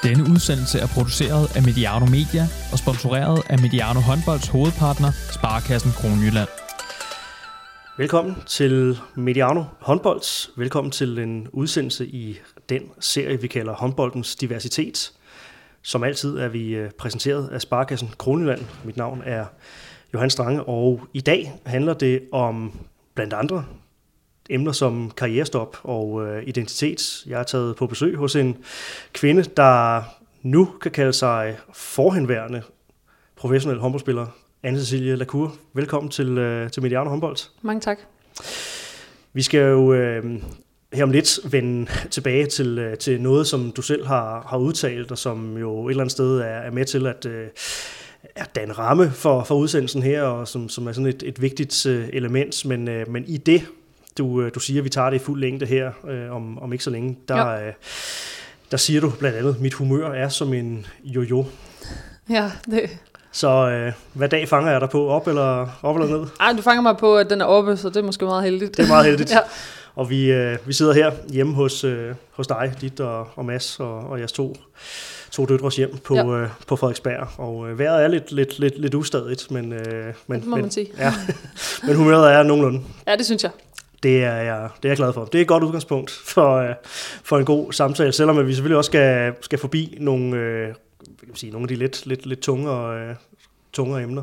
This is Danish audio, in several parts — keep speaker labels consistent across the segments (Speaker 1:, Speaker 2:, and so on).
Speaker 1: Denne udsendelse er produceret af Mediano Media og sponsoreret af Mediano Håndbolds hovedpartner, Sparekassen Kronjylland.
Speaker 2: Velkommen til Mediano Håndbolds. Velkommen til en udsendelse i den serie, vi kalder Håndboldens Diversitet. Som altid er vi præsenteret af Sparekassen Kronjylland. Mit navn er Johan Strange, og i dag handler det om blandt andre emner som karrierestop og identitet. Jeg er taget på besøg hos en kvinde, der nu kan kalde sig forhenværende professionel håndboldspiller, Anne-Cecilie Lacour. Velkommen til Mediano Håndbold.
Speaker 3: Mange tak.
Speaker 2: Vi skal jo her om lidt vende tilbage til noget, som du selv har udtalt, og som jo et eller andet sted er med til at danne ramme for udsendelsen her, og som er sådan et vigtigt element. Men i det, du siger, vi tager det i fuld længde her om ikke så længe, der siger du blandt andet, mit humør er som en jojo.
Speaker 3: Ja, det.
Speaker 2: Så hvad dag fanger jeg dig på? Op eller ned?
Speaker 3: Ej, du fanger mig på, at den er oppe, så det er måske meget heldigt.
Speaker 2: Det er meget heldigt.
Speaker 3: Ja.
Speaker 2: Og vi sidder her hjemme hos dig, dit og Mads og jeres to døtres hjem på Frederiksberg. Og vejret er lidt ustadigt, men
Speaker 3: det må man sige.
Speaker 2: Ja, men humøret er nogenlunde.
Speaker 3: Ja, det synes jeg.
Speaker 2: Det er jeg glad for. Det er et godt udgangspunkt for en god samtale, selvom vi selvfølgelig også skal forbi nogle af de lidt tungere emner.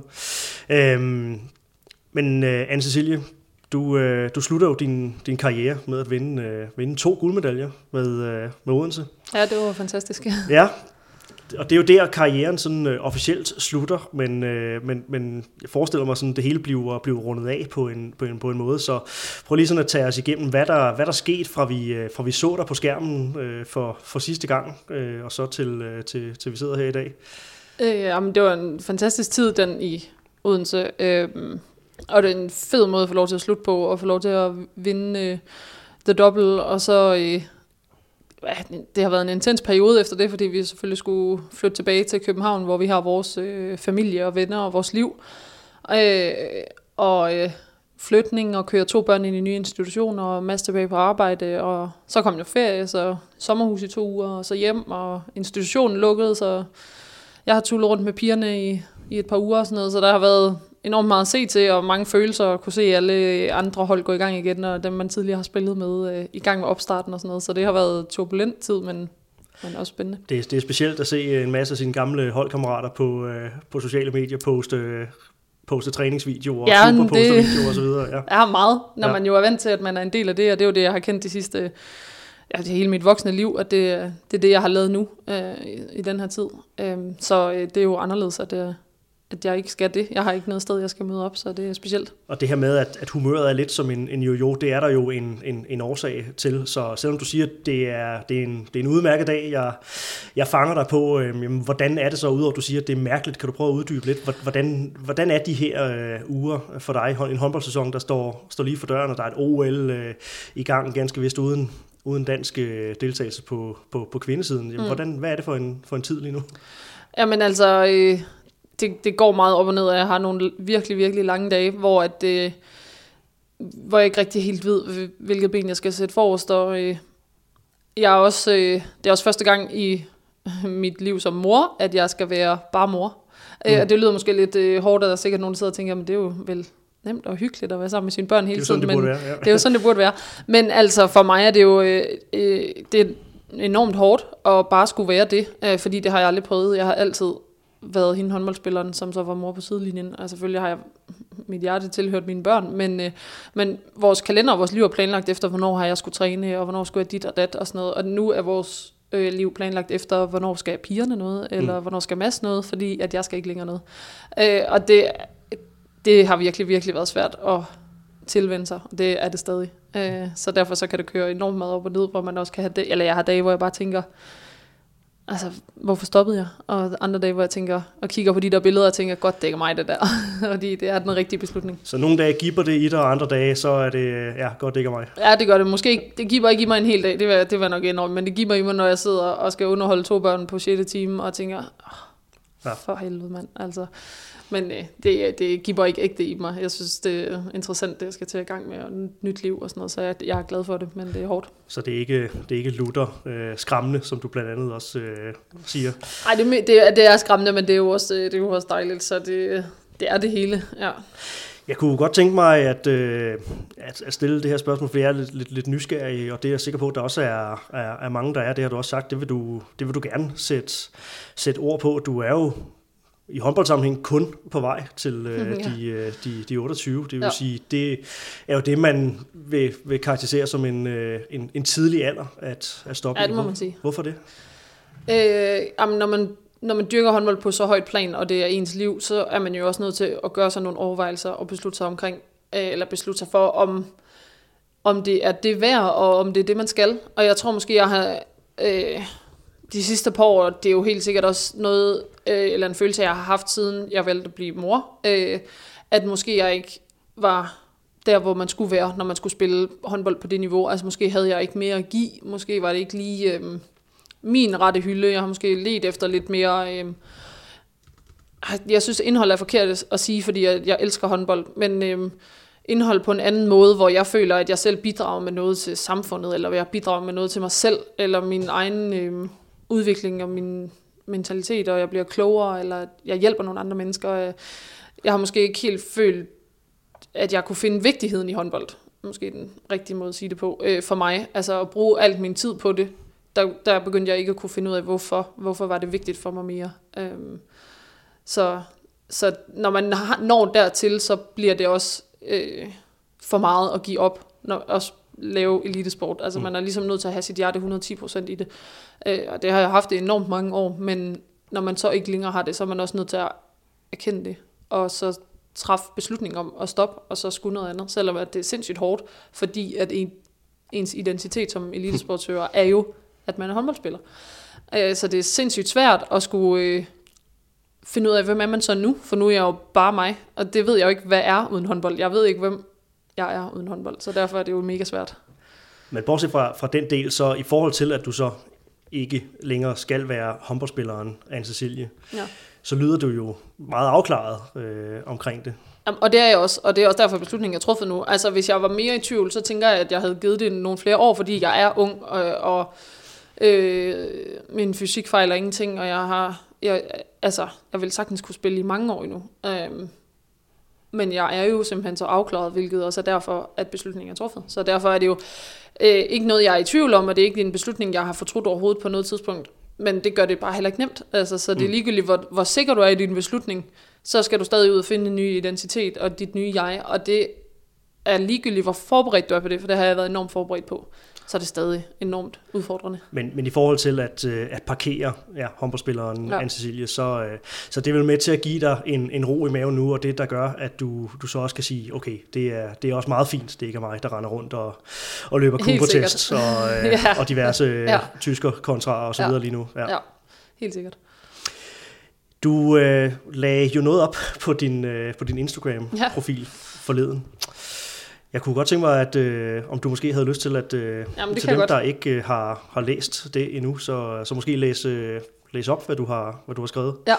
Speaker 2: Men Anne-Cecilie, du slutter jo din karriere med at vinde 2 guldmedaljer med Odense.
Speaker 3: Ja, det var fantastisk.
Speaker 2: Ja, og det er jo der karrieren sådan officielt slutter, men jeg forestiller mig sådan det hele bliver rundet af på en måde. Så prøv lige sådan at tage os igennem, hvad der skete fra vi så dig på skærmen for sidste gang, og så til vi sidder her i dag.
Speaker 3: Jamen, det var en fantastisk tid, den i Odense. Og det er en fed måde at få lov til at slutte på, og få lov til at vinde The Double, og så det har været en intens periode efter det, fordi vi selvfølgelig skulle flytte tilbage til København, hvor vi har vores familie og venner og vores liv. Flytning og køre 2 børn ind i nye institutioner, og masse tilbage på arbejde, og så kom jo ferie, så sommerhus i 2 uger, og så hjem, og institutionen lukkede, så jeg har tullet rundt med pigerne i et par uger og sådan noget, så der har været enormt meget at se til, og mange følelser, at kunne se alle andre hold gå i gang igen, og dem man tidligere har spillet med i gang med opstarten og sådan noget, så det har været turbulent tid, men også spændende.
Speaker 2: Det er specielt at se en masse af sine gamle holdkammerater på sociale medier poste træningsvideoer, og superpostervideoer og så videre. Ja.
Speaker 3: Er meget, når man jo er vant til, at man er en del af det, og det er jo det, jeg har kendt de sidste, det hele mit voksne liv, at det er det, jeg har lavet nu i den her tid. Så det er jo anderledes, at jeg ikke skal det. Jeg har ikke noget sted, jeg skal møde op, så det er specielt.
Speaker 2: Og det her med, at humøret er lidt som en jojo, det er der jo en årsag til. Så selvom du siger, at det er en udmærket dag, jeg fanger dig på, hvordan er det så, udover at du siger, at det er mærkeligt, kan du prøve at uddybe lidt? Hvordan er de her uger for dig? En håndboldsæson, der står lige for døren, og der er et OL i gang, ganske vist uden dansk deltagelse på kvindesiden. Hvad er det for en tid lige nu?
Speaker 3: Jamen altså, det går meget op og ned, og jeg har nogle virkelig, virkelig lange dage, hvor jeg ikke rigtig helt ved, hvilket ben jeg skal sætte forrest, og det er også første gang i mit liv som mor, at jeg skal være bare mor. Og det lyder måske lidt hårdt, og der er sikkert nogen, der sidder og tænker, men det er jo vel nemt og hyggeligt at være sammen med sine børn hele tiden. Det er jo sådan, det burde være. Men altså, for mig er det jo det er enormt hårdt at bare skulle være det, fordi det har jeg aldrig prøvet. Jeg har altid været hende håndboldspilleren, som så var mor på sidelinjen. Og selvfølgelig har jeg mit hjerte tilhørt mine børn, men vores kalender og vores liv er planlagt efter, hvornår har jeg skulle træne, og hvornår skulle jeg dit og dat og sådan noget. Og nu er vores liv planlagt efter, hvornår skal pigerne noget, eller hvornår skal Mads noget, fordi at jeg skal ikke længere noget. Og det har virkelig, virkelig været svært at tilvende sig, og det er det stadig. Så derfor så kan det køre enormt meget op og ned, hvor man også kan have det, eller jeg har dage, hvor jeg bare tænker, altså, hvorfor stoppede jeg? Og andre dage, hvor jeg tænker, og kigger på de der billeder, og tænker, godt, det er ikke mig, det der. Fordi det er den rigtige beslutning.
Speaker 2: Så nogle dage giver det i dig, og andre dage, så er det, godt, det ikke er mig.
Speaker 3: Ja, det gør det. Måske ikke, det giver ikke i mig en hel dag, det var nok enormt, men det giver mig, når jeg sidder og skal underholde 2 børn på 6. time, og tænker, For helvede, mand. Altså, men det giver ikke ægte i mig. Jeg synes, det er interessant, det jeg skal til at gang med, og et nyt liv og sådan noget, så jeg er glad for det, men det er hårdt.
Speaker 2: Så det er ikke lutter skræmmende, som du blandt andet også siger?
Speaker 3: Nej, det er skræmmende, men det er jo også dejligt, så det er det hele, ja.
Speaker 2: Jeg kunne godt tænke mig at stille det her spørgsmål, for jeg er lidt nysgerrig, og det er jeg sikker på, at der også er mange, der er. Det har du også sagt, det vil du gerne sætte ord på. Du er jo i håndboldsammenhæng kun på vej til de 28. Det vil sige, det er jo det, man vil karakterisere som en tidlig alder at stoppe.
Speaker 3: Ja, det må man sige.
Speaker 2: Hvorfor det?
Speaker 3: Jamen, når man dyrker håndbold på så højt plan, og det er ens liv, så er man jo også nødt til at gøre sig nogle overvejelser og beslutte sig omkring, eller beslutte sig for, om det er det værd, og om det er det, man skal. Og jeg tror måske, jeg har de sidste par år, det er jo helt sikkert også noget, eller en følelse, jeg har haft, siden jeg valgte at blive mor, at måske jeg ikke var der, hvor man skulle være, når man skulle spille håndbold på det niveau. Altså måske havde jeg ikke mere at give, måske var det ikke lige min rette hylde. Jeg har måske ledt efter lidt mere. Jeg synes, indhold er forkert at sige, fordi jeg elsker håndbold, men indhold på en anden måde, hvor jeg føler, at jeg selv bidrager med noget til samfundet, eller jeg bidrager med noget til mig selv, eller min egen udvikling og min mentalitet, og jeg bliver klogere, eller jeg hjælper nogle andre mennesker. Jeg har måske ikke helt følt, at jeg kunne finde vigtigheden i håndbold. Måske den rigtige måde at sige det på for mig. Altså at bruge alt min tid på det. Der begyndte jeg ikke at kunne finde ud af, hvorfor var det vigtigt for mig mere. Så når man når dertil, så bliver det også for meget at give op, også lave elitesport. Altså man er ligesom nødt til at have sit hjerte 110% i det. Og det har jeg haft i enormt mange år, men når man så ikke længere har det, så er man også nødt til at erkende det, og så træffe beslutning om at stoppe, og så skulle noget andet, selvom at det er sindssygt hårdt, fordi at ens identitet som elitesportsøger er jo, at man er håndboldspiller. Så det er sindssygt svært at skulle finde ud af, hvem er man så nu, for nu er jeg jo bare mig, og det ved jeg jo ikke, hvad er uden håndbold. Jeg ved ikke, hvem jeg er uden håndbold, så derfor er det jo mega svært. Men
Speaker 2: bortset fra den del, så i forhold til, at du så ikke længere skal være håndboldspilleren Anne-Cecilie, så lyder du jo meget afklaret omkring det.
Speaker 3: Og det er jeg også, og det er også derfor beslutningen er truffet nu. Altså hvis jeg var mere i tvivl, så tænker jeg, at jeg havde givet det nogle flere år, fordi jeg er ung, og min fysik fejler ingenting, og jeg vil sagtens kunne spille i mange år endnu. Men jeg er jo simpelthen så afklaret, hvilket også er derfor, at beslutningen er truffet. Så derfor er det jo ikke noget, jeg er i tvivl om, og det er ikke en beslutning, jeg har fortrudt overhovedet på noget tidspunkt. Men det gør det bare heller ikke nemt. Altså, så det er ligegyldigt, hvor sikker du er i din beslutning, så skal du stadig ud og finde en ny identitet og dit nye jeg. Og det er ligegyldigt, hvor forberedt du er på det, for det har jeg været enormt forberedt på. Så er det stadig enormt udfordrende.
Speaker 2: Men i forhold til at parkere håndboldspilleren Anne-Cecilie, så det er vel med til at give dig en ro i maven nu, og det der gør, at du så også kan sige, okay, det er også meget fint, det ikke er mig, der render rundt og løber Cooper-test og diverse tysker kontra og så videre lige nu.
Speaker 3: Ja, helt sikkert.
Speaker 2: Du lagde jo noget op på din Instagram-profil forleden. Jeg kunne godt tænke mig, at om du måske havde lyst til at til dem, der ikke har læst det endnu, så måske læse op, hvad du har skrevet. Ja.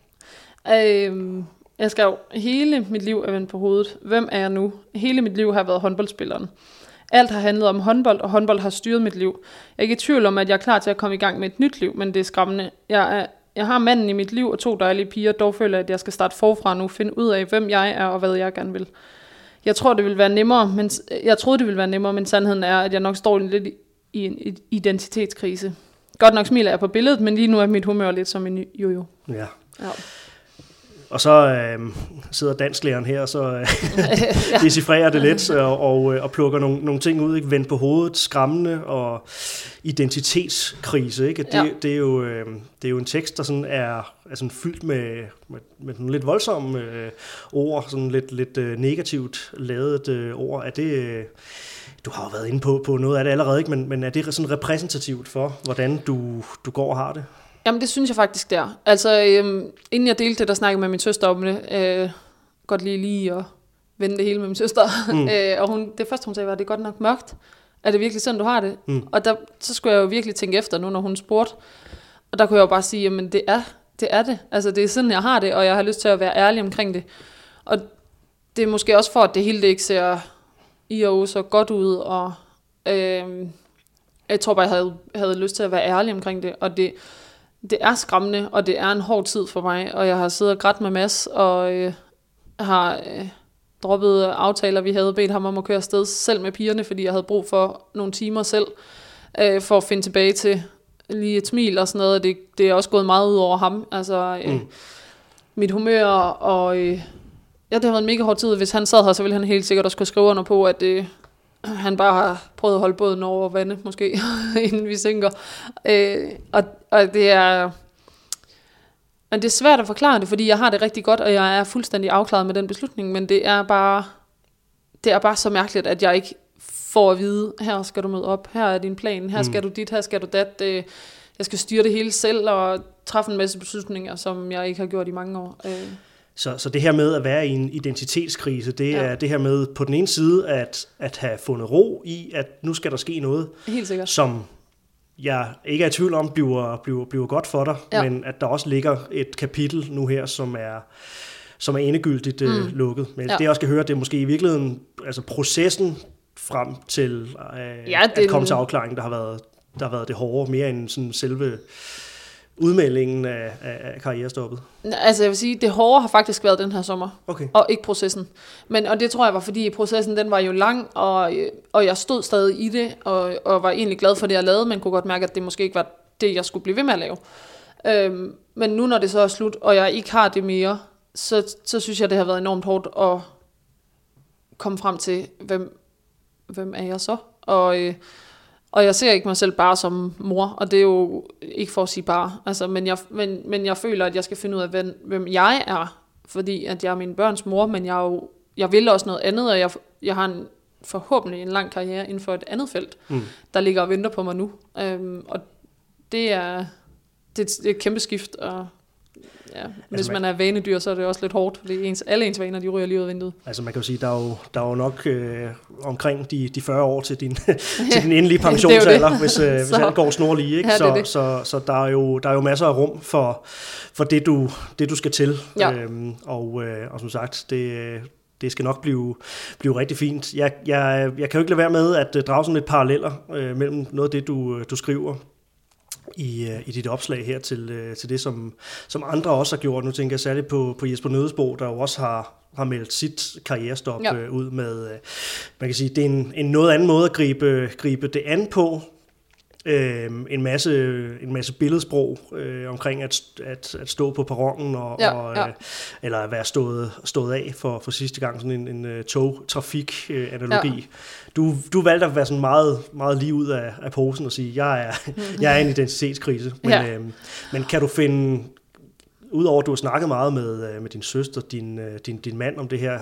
Speaker 3: Jeg skrev, hele mit liv er vendt på hovedet. Hvem er jeg nu? Hele mit liv har været håndboldspilleren. Alt har handlet om håndbold, og håndbold har styret mit liv. Jeg er ikke i tvivl om, at jeg er klar til at komme i gang med et nyt liv, men det er skræmmende. Jeg har manden i mit liv og 2 dejlige piger, dog føler jeg, at jeg skal starte forfra nu, finde ud af, hvem jeg er og hvad jeg gerne vil. Jeg troede, det ville være nemmere, men sandheden er, at jeg nok står lidt i en identitetskrise. Godt nok smiler jeg på billedet, men lige nu er mit humør lidt som en jojo.
Speaker 2: Ja. Og så sidder dansklæreren her, og så decifrerer det lidt og plukker nogle ting ud, ikke? Vendt på hovedet, skræmmende og identitetskrise. Ikke? Det er jo en tekst, der sådan er sådan fyldt med nogle lidt voldsomme ord, sådan lidt negativt lavet ord. Er det, du har jo været inde på noget af det allerede, ikke? Men er det sådan repræsentativt for, hvordan du går og har det?
Speaker 3: Jamen det synes jeg faktisk, det er. Altså inden jeg delte det, der snakkede med min søster om det, godt lige at vende det hele med min søster, og det første hun sagde var, det er godt nok mørkt. Er det virkelig sådan, du har det? Og så skulle jeg jo virkelig tænke efter nu, når hun spurgte. Og der kunne jeg jo bare sige, jamen det er det er det. Altså, det er sådan, jeg har det, og jeg har lyst til at være ærlig omkring det. Og det er måske også for, at det hele det ikke ser så godt ud, og jeg tror bare, jeg havde lyst til at være ærlig omkring det, og det er skræmmende, og det er en hård tid for mig, og jeg har siddet og grædt med Mads, og har droppet aftaler, vi havde bedt ham om at køre afsted selv med pigerne, fordi jeg havde brug for nogle timer selv, for at finde tilbage til lige et smil og sådan noget. Det er også gået meget ud over ham, altså mit humør, og det har været en mega hård tid. Hvis han sad her, så ville han helt sikkert også kunne skrive under på, at han bare har prøvet at holde båden over vandet, måske, inden vi synker. Og det er... Men det er svært at forklare det, fordi jeg har det rigtig godt, og jeg er fuldstændig afklaret med den beslutning, men det er bare så mærkeligt, at jeg ikke får at vide, her skal du møde op, her er din plan, her skal du dit, her skal du dat. Jeg skal styre det hele selv, og træffe en masse beslutninger, som jeg ikke har gjort i mange år.
Speaker 2: Så det her med at være i en identitetskrise, det er det her med på den ene side at have fundet ro i, at nu skal der ske noget,
Speaker 3: helt sikkert,
Speaker 2: som jeg ikke er i tvivl om bliver godt for dig, men at der også ligger et kapitel nu her, som er endegyldigt lukket. Men det jeg også skal høre, det er måske i virkeligheden altså processen frem til at komme til afklaringen, der har været det hårde, mere end sådan selve udmeldingen af karrierestoppet.
Speaker 3: Altså jeg vil sige, det hårde har faktisk været den her sommer,
Speaker 2: okay,
Speaker 3: og ikke processen. Og det tror jeg var, fordi processen den var jo lang, og jeg stod stadig i det, og var egentlig glad for det, jeg lavede, men kunne godt mærke, at det måske ikke var det, jeg skulle blive ved med at lave. Men nu, når det så er slut, og jeg ikke har det mere, så synes jeg, det har været enormt hårdt at komme frem til, hvem er jeg så? Og jeg ser ikke mig selv bare som mor, og det er jo ikke for at sige bare, altså, men jeg føler, at jeg skal finde ud af, hvem jeg er, fordi at jeg er mine børns mor, men jeg vil også noget andet, og jeg har forhåbentlig en lang karriere inden for et andet felt, der ligger og venter på mig nu. Og det er et kæmpe skift, og hvis man er vanedyr, så er det også lidt hårdt, fordi alle ens vaner, de ryger lige ud af vinduet. Altså
Speaker 2: man kan jo sige, der er jo nok omkring de 40 år til din endelige pensionsalder, hvis alt går snorlige, ikke?
Speaker 3: Ja,
Speaker 2: så der er jo masser af rum for det du skal til.
Speaker 3: Ja.
Speaker 2: Og som sagt, det skal nok blive rigtig fint. Jeg kan jo ikke lade være med at drage sådan lidt paralleller mellem noget af det, du skriver i dit opslag her til det, som andre også har gjort. Nu tænker jeg særligt på Jesper Nødesbo, der jo også har meldt sit karrierestop ud med, man kan sige, det er en noget anden måde at gribe det an på. En masse billedsprog omkring at stå på perronen eller at være stået af for sidste gang, sådan en togtrafik-analogi. Du valgte at være sådan meget, meget lige ud af posen og sige, jeg er i en identitetskrise. Men kan du finde, udover at du har snakket meget med din søster, din mand om det her,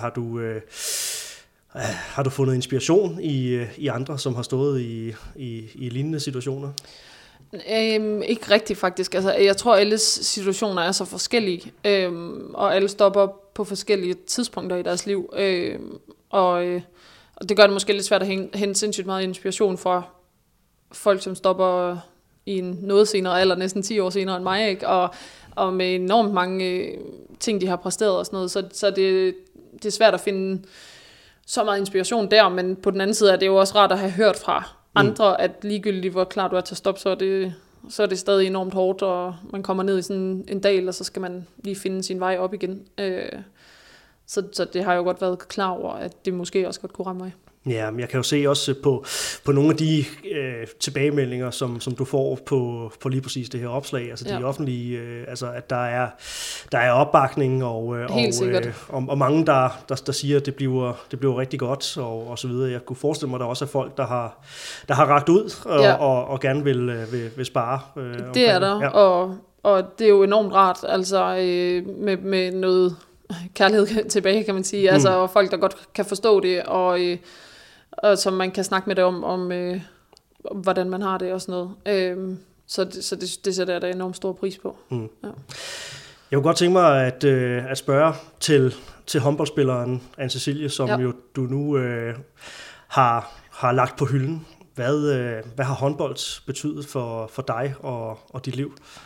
Speaker 2: har du fundet inspiration i andre, som har stået i lignende situationer?
Speaker 3: Ikke rigtigt faktisk. Altså, jeg tror, at alles situationer er så forskellige, og alle stopper på forskellige tidspunkter i deres liv. Og det gør det måske lidt svært at hente sindssygt meget inspiration fra folk, som stopper i en noget senere alder, næsten 10 år senere end mig, ikke? Og med enormt mange ting, de har præsteret og sådan noget. Så det er svært at finde så meget inspiration der, men på den anden side er det jo også rart at have hørt fra andre, at ligegyldigt hvor klar du er til at stoppe, så er det stadig enormt hårdt, og man kommer ned i sådan en dal, og så skal man lige finde sin vej op igen. Så det har jeg jo godt været klar over, at det måske også godt kunne ramme mig.
Speaker 2: Ja, men jeg kan jo se også på nogle af de tilbagemeldinger, som du får på lige præcis det her opslag, altså de offentlige, altså at der er opbakning og mange der siger, at det bliver rigtig godt og så videre. Jeg kunne forestille mig, at der også er folk, der har rakt ud og gerne vil spare.
Speaker 3: Det er der, og det er jo enormt rart, altså med noget kærlighed tilbage, kan man sige. Altså, og folk, der godt kan forstå det, og som man kan snakke med det om hvordan man har det og sådan noget. Så det sætter jeg da enormt stor pris på. Ja.
Speaker 2: Jeg kunne godt tænke mig at spørge til håndboldspilleren Anne-Cecilie, som jo du nu har lagt på hylden. Hvad har håndbold betydet for dig og dit liv?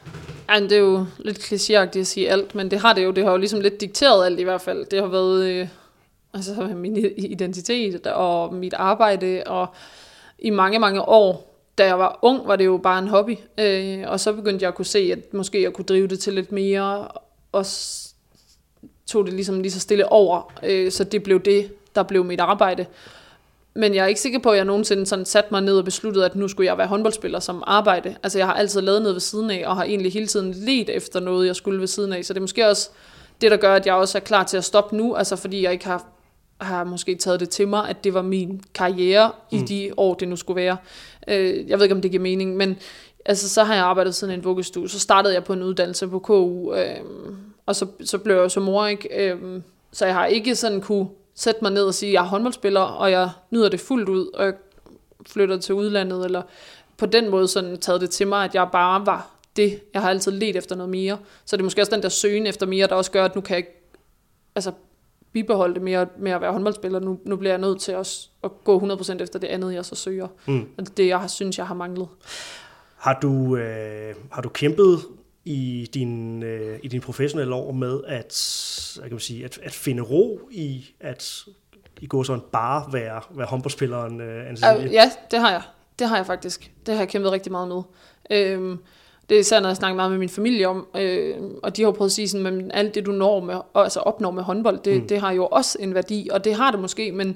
Speaker 3: Ja, det er jo lidt klichéagtigt at sige alt, men det har det jo. Det har jo ligesom lidt dikteret alt i hvert fald. Det har været min identitet og mit arbejde, og i mange, mange år, da jeg var ung, var det jo bare en hobby. Og så begyndte jeg at kunne se, at måske jeg kunne drive det til lidt mere, og tog det ligesom lige så stille over. Så det blev det, der blev mit arbejde. Men jeg er ikke sikker på, at jeg nogensinde sådan satte mig ned og besluttede, at nu skulle jeg være håndboldspiller som arbejde. Altså jeg har altid lavet noget ved siden af, og har egentlig hele tiden ledt efter noget, jeg skulle ved siden af. Så det er måske også det, der gør, at jeg også er klar til at stoppe nu. Altså fordi jeg ikke har måske taget det til mig, at det var min karriere i de år, det nu skulle være. Jeg ved ikke, om det giver mening, men altså, så har jeg arbejdet siden en vuggestue. Så startede jeg på en uddannelse på KU, og så blev jeg jo så mor, ikke? Så jeg har ikke sådan kunne sætte mig ned og sige, at jeg er håndboldspiller, og jeg nyder det fuldt ud, og jeg flytter til udlandet, eller på den måde sådan taget det til mig, at jeg bare var det. Jeg har altid ledt efter noget mere. Så det er måske også den der søgen efter mere, der også gør, at nu kan jeg ikke bibeholde det mere med at være håndboldspiller. Nu bliver jeg nødt til også at gå 100% efter det andet, jeg så søger. Og det, jeg synes, jeg har manglet. Har
Speaker 2: du kæmpet i din professionelle år med at finde ro i at i går sådan bare være håndboldspilleren Anne-Cecilie?
Speaker 3: Ja, det har jeg. Det har jeg faktisk. Det har jeg kæmpet rigtig meget med. Det er især noget, jeg snakker meget med min familie om, og de har jo prøvet at sige sådan, men alt det du når med, altså opnår med håndbold, det har jo også en værdi, og det har det måske, men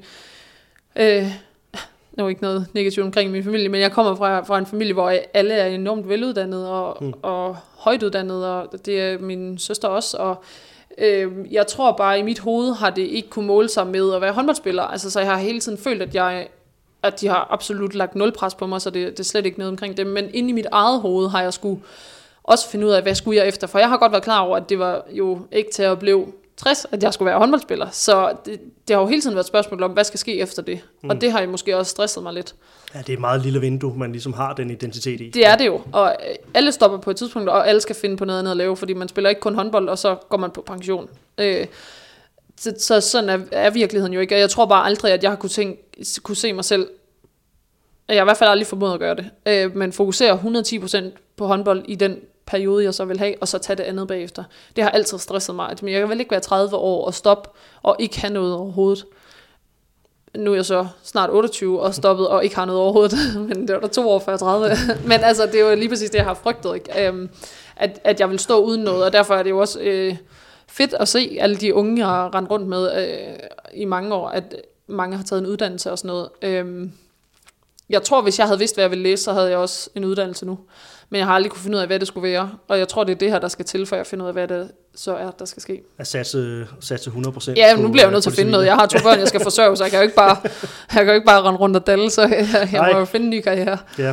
Speaker 3: der er ikke noget negativt omkring min familie, men jeg kommer fra en familie, hvor alle er enormt veluddannede og højtuddannede, og det er min søster også, og jeg tror bare, i mit hoved har det ikke kunne måle sig med at være håndboldspiller, altså så jeg har hele tiden følt, at de har absolut lagt nul pres på mig, så det er slet ikke noget omkring det, men inde i mit eget hoved har jeg skulle også finde ud af, hvad skulle jeg efter, for jeg har godt været klar over, at det var jo ikke til at blive 60, at jeg skulle være håndboldspiller, så det har jo hele tiden været et spørgsmål om, hvad skal ske efter det, og det har jo måske også stresset mig lidt.
Speaker 2: Ja, det er et meget lille vindue, man ligesom har den identitet i.
Speaker 3: Det er det jo, og alle stopper på et tidspunkt, og alle skal finde på noget andet at lave, fordi man spiller ikke kun håndbold, og så går man på pension. Så sådan er virkeligheden jo ikke, og jeg tror bare aldrig, at jeg har kunne se mig selv. Jeg har i hvert fald aldrig formået at gøre det, men fokusere 110% på håndbold i den periode, jeg så vil have, og så tage det andet bagefter. Det har altid stresset mig. Men jeg vil ikke være 30 år og stoppe, og ikke have noget overhovedet. Nu er jeg så snart 28 og stoppet, og ikke har noget overhovedet, men det var da 2 år før 30. Men altså, det er jo lige præcis det, jeg har frygtet, ikke? At jeg vil stå uden noget, og derfor er det jo også fedt at se alle de unge, jeg har rendt rundt med i mange år, at mange har taget en uddannelse og sådan noget. Jeg tror, hvis jeg havde vidst, hvad jeg ville læse, så havde jeg også en uddannelse nu. Men jeg har aldrig kunne finde ud af, hvad det skulle være. Og jeg tror, det er det her, der skal til, for jeg finder ud af, hvad det så er, der skal ske.
Speaker 2: At satse 100%?
Speaker 3: Ja, nu bliver jeg nødt til at finde noget. Jeg har 2 børn, jeg skal forsørge, så jeg kan jo ikke bare rende rundt og dalle, så jeg må jo finde en ny karriere.
Speaker 2: Ja,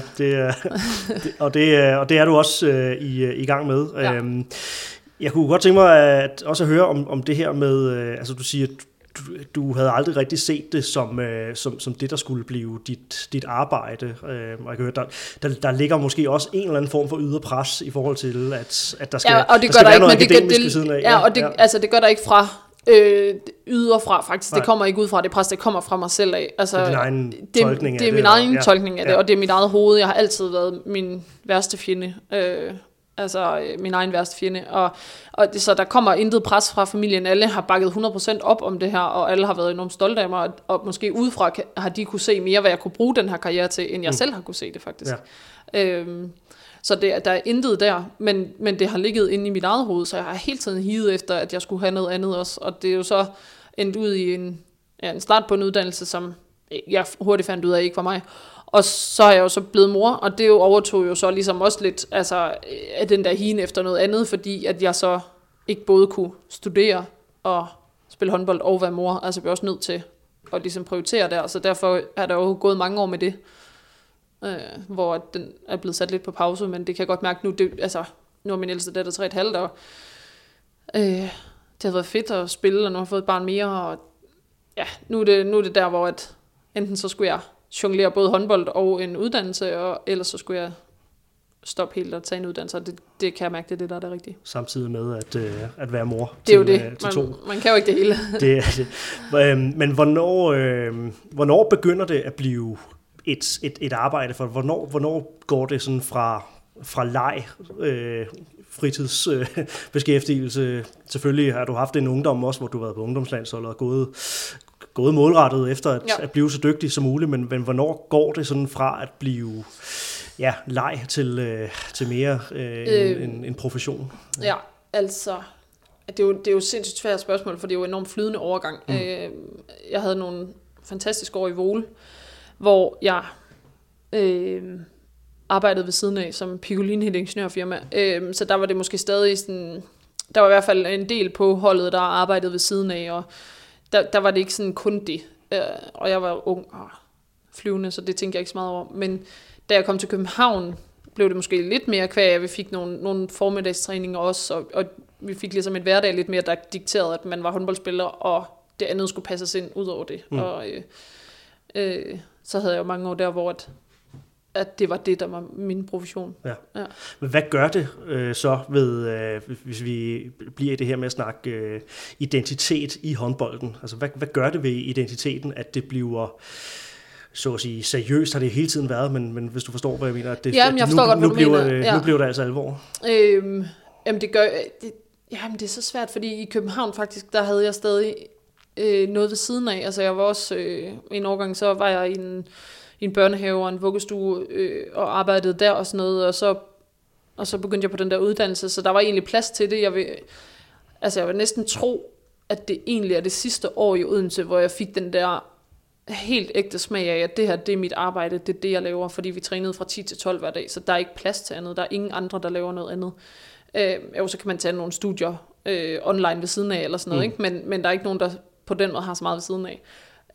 Speaker 2: det er du også i gang med. Ja. Jeg kunne godt tænke mig også at høre om det her med, altså du siger, du havde aldrig rigtig set det som det, der skulle blive dit arbejde. Og jeg kan høre, der ligger måske også en eller anden form for ydre pres i forhold til, at der skal, der skal være noget akademisk ved siden af.
Speaker 3: Ja, og altså, det gør der ikke fra ydre faktisk. Nej. Det kommer ikke ud fra det pres, det kommer fra mig selv af. Altså,
Speaker 2: det er din egen tolkning af det.
Speaker 3: Det er min egen tolkning af det, og det er mit eget hoved. Jeg har altid været min værste fjende. Altså min egen værste fjende, og så der kommer intet pres fra familien. Alle har bakket 100% op om det her, og alle har været enormt stolte af mig, og måske udefra har de kunne se mere, hvad jeg kunne bruge den her karriere til, end jeg selv har kunne se det faktisk. Ja. Så der er intet der, men det har ligget inde i mit eget hoved, så jeg har hele tiden higet efter, at jeg skulle have noget andet også, og det er jo så endt ud i en start på en uddannelse, som jeg hurtigt fandt ud af ikke var mig. Og så er jeg jo så blevet mor, og det jo overtog jo så ligesom også lidt af den der hien efter noget andet, fordi at jeg så ikke både kunne studere og spille håndbold og være mor. Altså jeg blev også nødt til at ligesom prioritere der, så derfor er der jo gået mange år med det, hvor den er blevet sat lidt på pause, men det kan jeg godt mærke nu. Nu er min ældste datter 3,5, og det har været fedt at spille, og nu har jeg fået et barn mere, og ja, nu er det der, hvor at enten så skulle jeg jonglere både håndbold og en uddannelse, og ellers så skulle jeg stoppe helt og tage en uddannelse, og det kan jeg mærke, det er det, der er det rigtige.
Speaker 2: Samtidig med at være mor
Speaker 3: det er
Speaker 2: til,
Speaker 3: jo det.
Speaker 2: Til 2.
Speaker 3: Man kan jo ikke det hele.
Speaker 2: Det er det. Men hvornår begynder det at blive et arbejde for? Hvornår går det sådan fra leg fritidsbeskæftigelse. Selvfølgelig har du haft en ungdom også, hvor du har været på ungdomslandsholdet og gået målrettet efter at blive så dygtig som muligt, men hvornår går det sådan fra at blive leg til mere en profession?
Speaker 3: Ja, altså, det er jo sindssygt svært spørgsmål, for det er jo enormt flydende overgang. Jeg havde nogle fantastiske år i Vole, hvor jeg arbejdede ved siden af som Piccolini i et ingeniørfirma. Så der var det måske stadig sådan, der var i hvert fald en del på holdet, der arbejdede ved siden af, og der var det ikke sådan kun det. Og jeg var ung og flyvende, så det tænkte jeg ikke så meget over. Men da jeg kom til København, blev det måske lidt mere kvæg, vi fik nogle formiddagstræninger også, og vi fik ligesom et hverdag lidt mere, der dikterede, at man var håndboldspiller, og det andet skulle passes ind ud over det. Og så havde jeg jo mange år der, hvor at det var det, der var min profession. Ja.
Speaker 2: Men hvad gør det så ved, hvis vi bliver i det her med at snakke identitet i håndbolden? Altså hvad gør det ved identiteten, at det bliver så at sige seriøst, har det hele tiden været, men hvis du forstår, hvad jeg mener, at det,
Speaker 3: jamen, jeg forstår godt, hvad du mener.
Speaker 2: Nu bliver det altså alvor.
Speaker 3: Jamen det gør, det er så svært, fordi i København faktisk, der havde jeg stadig noget ved siden af. Altså jeg var også en årgang, så var jeg i en børnehave og en vuggestue og arbejdede der og sådan noget, og så begyndte jeg på den der uddannelse, så der var egentlig plads til det. Jeg vil næsten tro, at det egentlig er det sidste år i Odense, hvor jeg fik den der helt ægte smag af, at det her, det er mit arbejde, det er det, jeg laver, fordi vi trænede fra 10 til 12 hver dag, så der er ikke plads til andet, der er ingen andre, der laver noget andet. Så kan man tage nogle studier online ved siden af, eller sådan noget, ikke? Men der er ikke nogen, der på den måde har så meget ved siden af.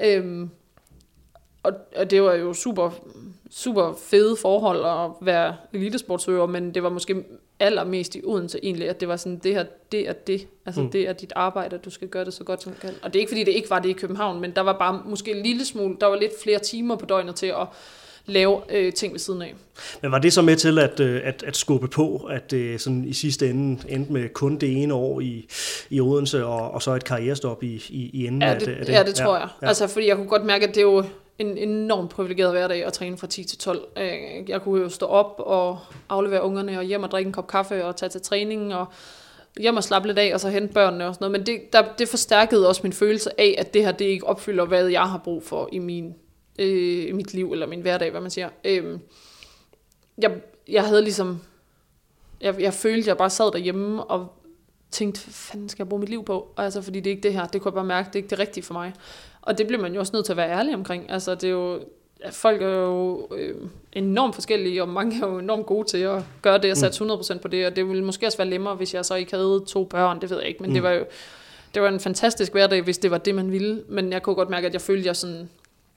Speaker 3: Og det var jo super, super fede forhold at være elitesportsøver, men det var måske allermest i Odense egentlig, at det var sådan, det her, det er det. Altså det er dit arbejde, at du skal gøre det så godt som du kan. Og det er ikke fordi, det ikke var det i København, men der var bare måske en lille smule, der var lidt flere timer på døgnet til at lave ting ved siden af. Men
Speaker 2: var det så med til at skubbe på, at det sådan i sidste ende endte med kun det ene år i Odense, og så et karrierestop i enden af det?
Speaker 3: Ja, det tror jeg. Ja. Altså, fordi jeg kunne godt mærke, at det er jo en enormt privilegeret hverdag at træne fra 10 til 12. Jeg kunne jo stå op og aflevere ungerne og hjem og drikke en kop kaffe og tage til træning og hjem og slappe lidt af og så hente børnene og sådan noget. Men det forstærkede også min følelse af, at det her det ikke opfylder, hvad jeg har brug for i mit liv eller min hverdag, hvad man siger. Jeg havde ligesom, jeg følte, at jeg bare sad derhjemme og tænkte, hvad fanden skal jeg bruge mit liv på? Altså, fordi det er ikke det her, det kunne jeg bare mærke, det er ikke det rigtige for mig. Og det bliver man jo også nødt til at være ærlig omkring. Altså, det er jo, folk er jo enormt forskellige, og mange er jo enormt gode til at gøre det og sætte 100% på det, og det ville måske også være nemmere, hvis jeg så ikke havde 2 børn, det ved jeg ikke, men det var en fantastisk hverdag, hvis det var det, man ville, men jeg kunne godt mærke, at jeg følte, at jeg sådan,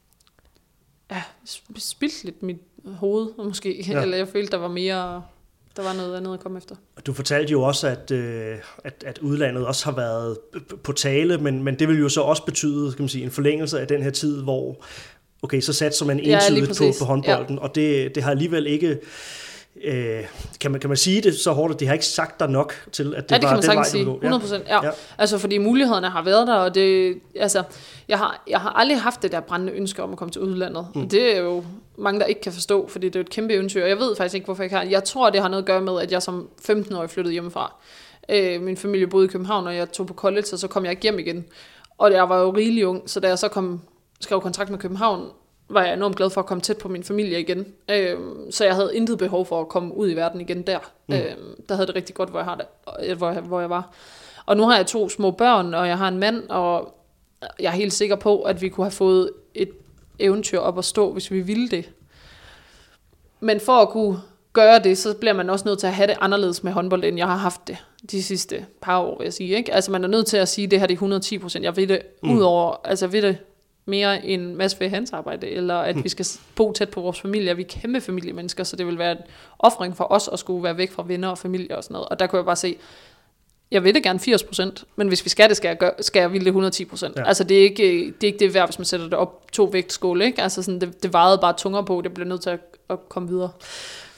Speaker 3: spildte lidt mit hoved, måske, eller jeg følte, der var noget andet at komme efter.
Speaker 2: Du fortalte jo også, at udlandet også har været på tale, men det vil jo så også betyde, kan man sige, en forlængelse af den her tid, hvor så satser man entydigt på håndbolden, og det har alligevel ikke, kan man sige det så hårdt, at det har ikke sagt dig nok til, at det var den vej, du
Speaker 3: gå. 100%, ja. Altså, fordi mulighederne har været der, og det, altså, jeg har aldrig haft det der brændende ønske om at komme til udlandet. Det er jo mange, der ikke kan forstå, fordi det er et kæmpe eventyr, og jeg ved faktisk ikke, hvorfor jeg kan. Jeg tror, det har noget at gøre med, at jeg som 15-årig flyttede hjemmefra. Min familie boede i København, og jeg tog på college, og så kom jeg ikke hjem igen. Og jeg var jo rigelig ung, så da jeg så skrev kontrakt med København, var jeg enormt glad for at komme tæt på min familie igen. Så jeg havde intet behov for at komme ud i verden igen der. Der havde det rigtig godt, hvor jeg var. Og nu har jeg 2 små børn, og jeg har en mand, og jeg er helt sikker på, at vi kunne have fået et eventyr op at stå, hvis vi ville det. Men for at kunne gøre det, så bliver man også nødt til at have det anderledes med håndbold, end jeg har haft det de sidste par år, vil jeg sige. Ikke? Altså man er nødt til at sige, at det her det er 110%. Jeg ved det udover, altså ved det mere end Mads ved hans arbejde, eller at vi skal bo tæt på vores familie. Vi er kæmpe familiemennesker, så det vil være en ofring for os at skulle være væk fra venner og familie og sådan noget. Og der kunne jeg bare se, jeg vil det gerne 80%, men hvis vi skal det, skal jeg ville det 110%. Ja. Altså det er ikke det værd, hvis man sætter det op 2 vægtskåle, ikke? Altså sådan, det vejede bare tungere på, det bliver nødt til at komme videre.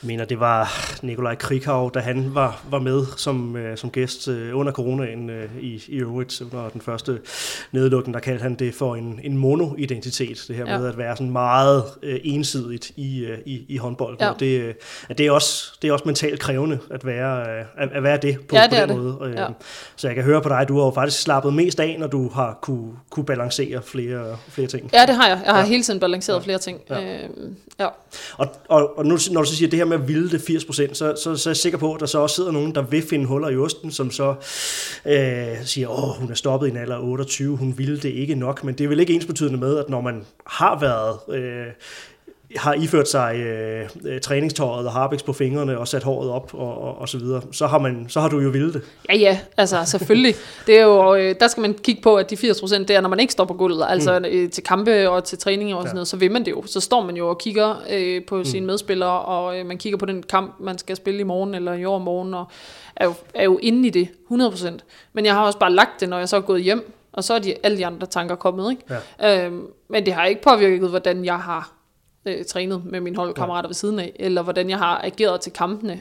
Speaker 2: mener, det var Nikolaj Krikau, da han var med som gæst under coronaen i øvrigt, under den første nedlukning, der kaldte han det for en monoidentitet, det her med at være sådan meget ensidigt i håndbold. Ja. Det er også mentalt krævende at være det på den måde. Ja. Så jeg kan høre på dig, du har jo faktisk slappet mest af, når du har kunne balancere flere ting.
Speaker 3: Ja, det har jeg. Jeg har hele tiden balanceret flere ting. Ja.
Speaker 2: Og nu, når du så siger det her med at ville det 80%, så er jeg sikker på, at der så også sidder nogen, der vil finde huller i osten, som så siger, hun er stoppet i en alder af 28, hun ville det ikke nok, men det er vel ikke ensbetydende med, at når man har været har iført sig træningstøjet og harpiks på fingrene og sat håret op og så videre, så har du jo ville det. Ja,
Speaker 3: altså selvfølgelig. Det er jo, der skal man kigge på, at de 80%, det er, når man ikke står på gulvet, altså til kampe og til træning og sådan noget, så vil man det jo. Så står man jo og kigger på sine medspillere, og man kigger på den kamp, man skal spille i morgen eller i overmorgen, og er jo inde i det, 100%. Men jeg har også bare lagt det, når jeg så er gået hjem, og så er alle de andre tanker kommet, ikke? Ja. Men det har ikke påvirket, hvordan jeg har trænet med mine holdkammerater ved siden af, eller hvordan jeg har ageret til kampene.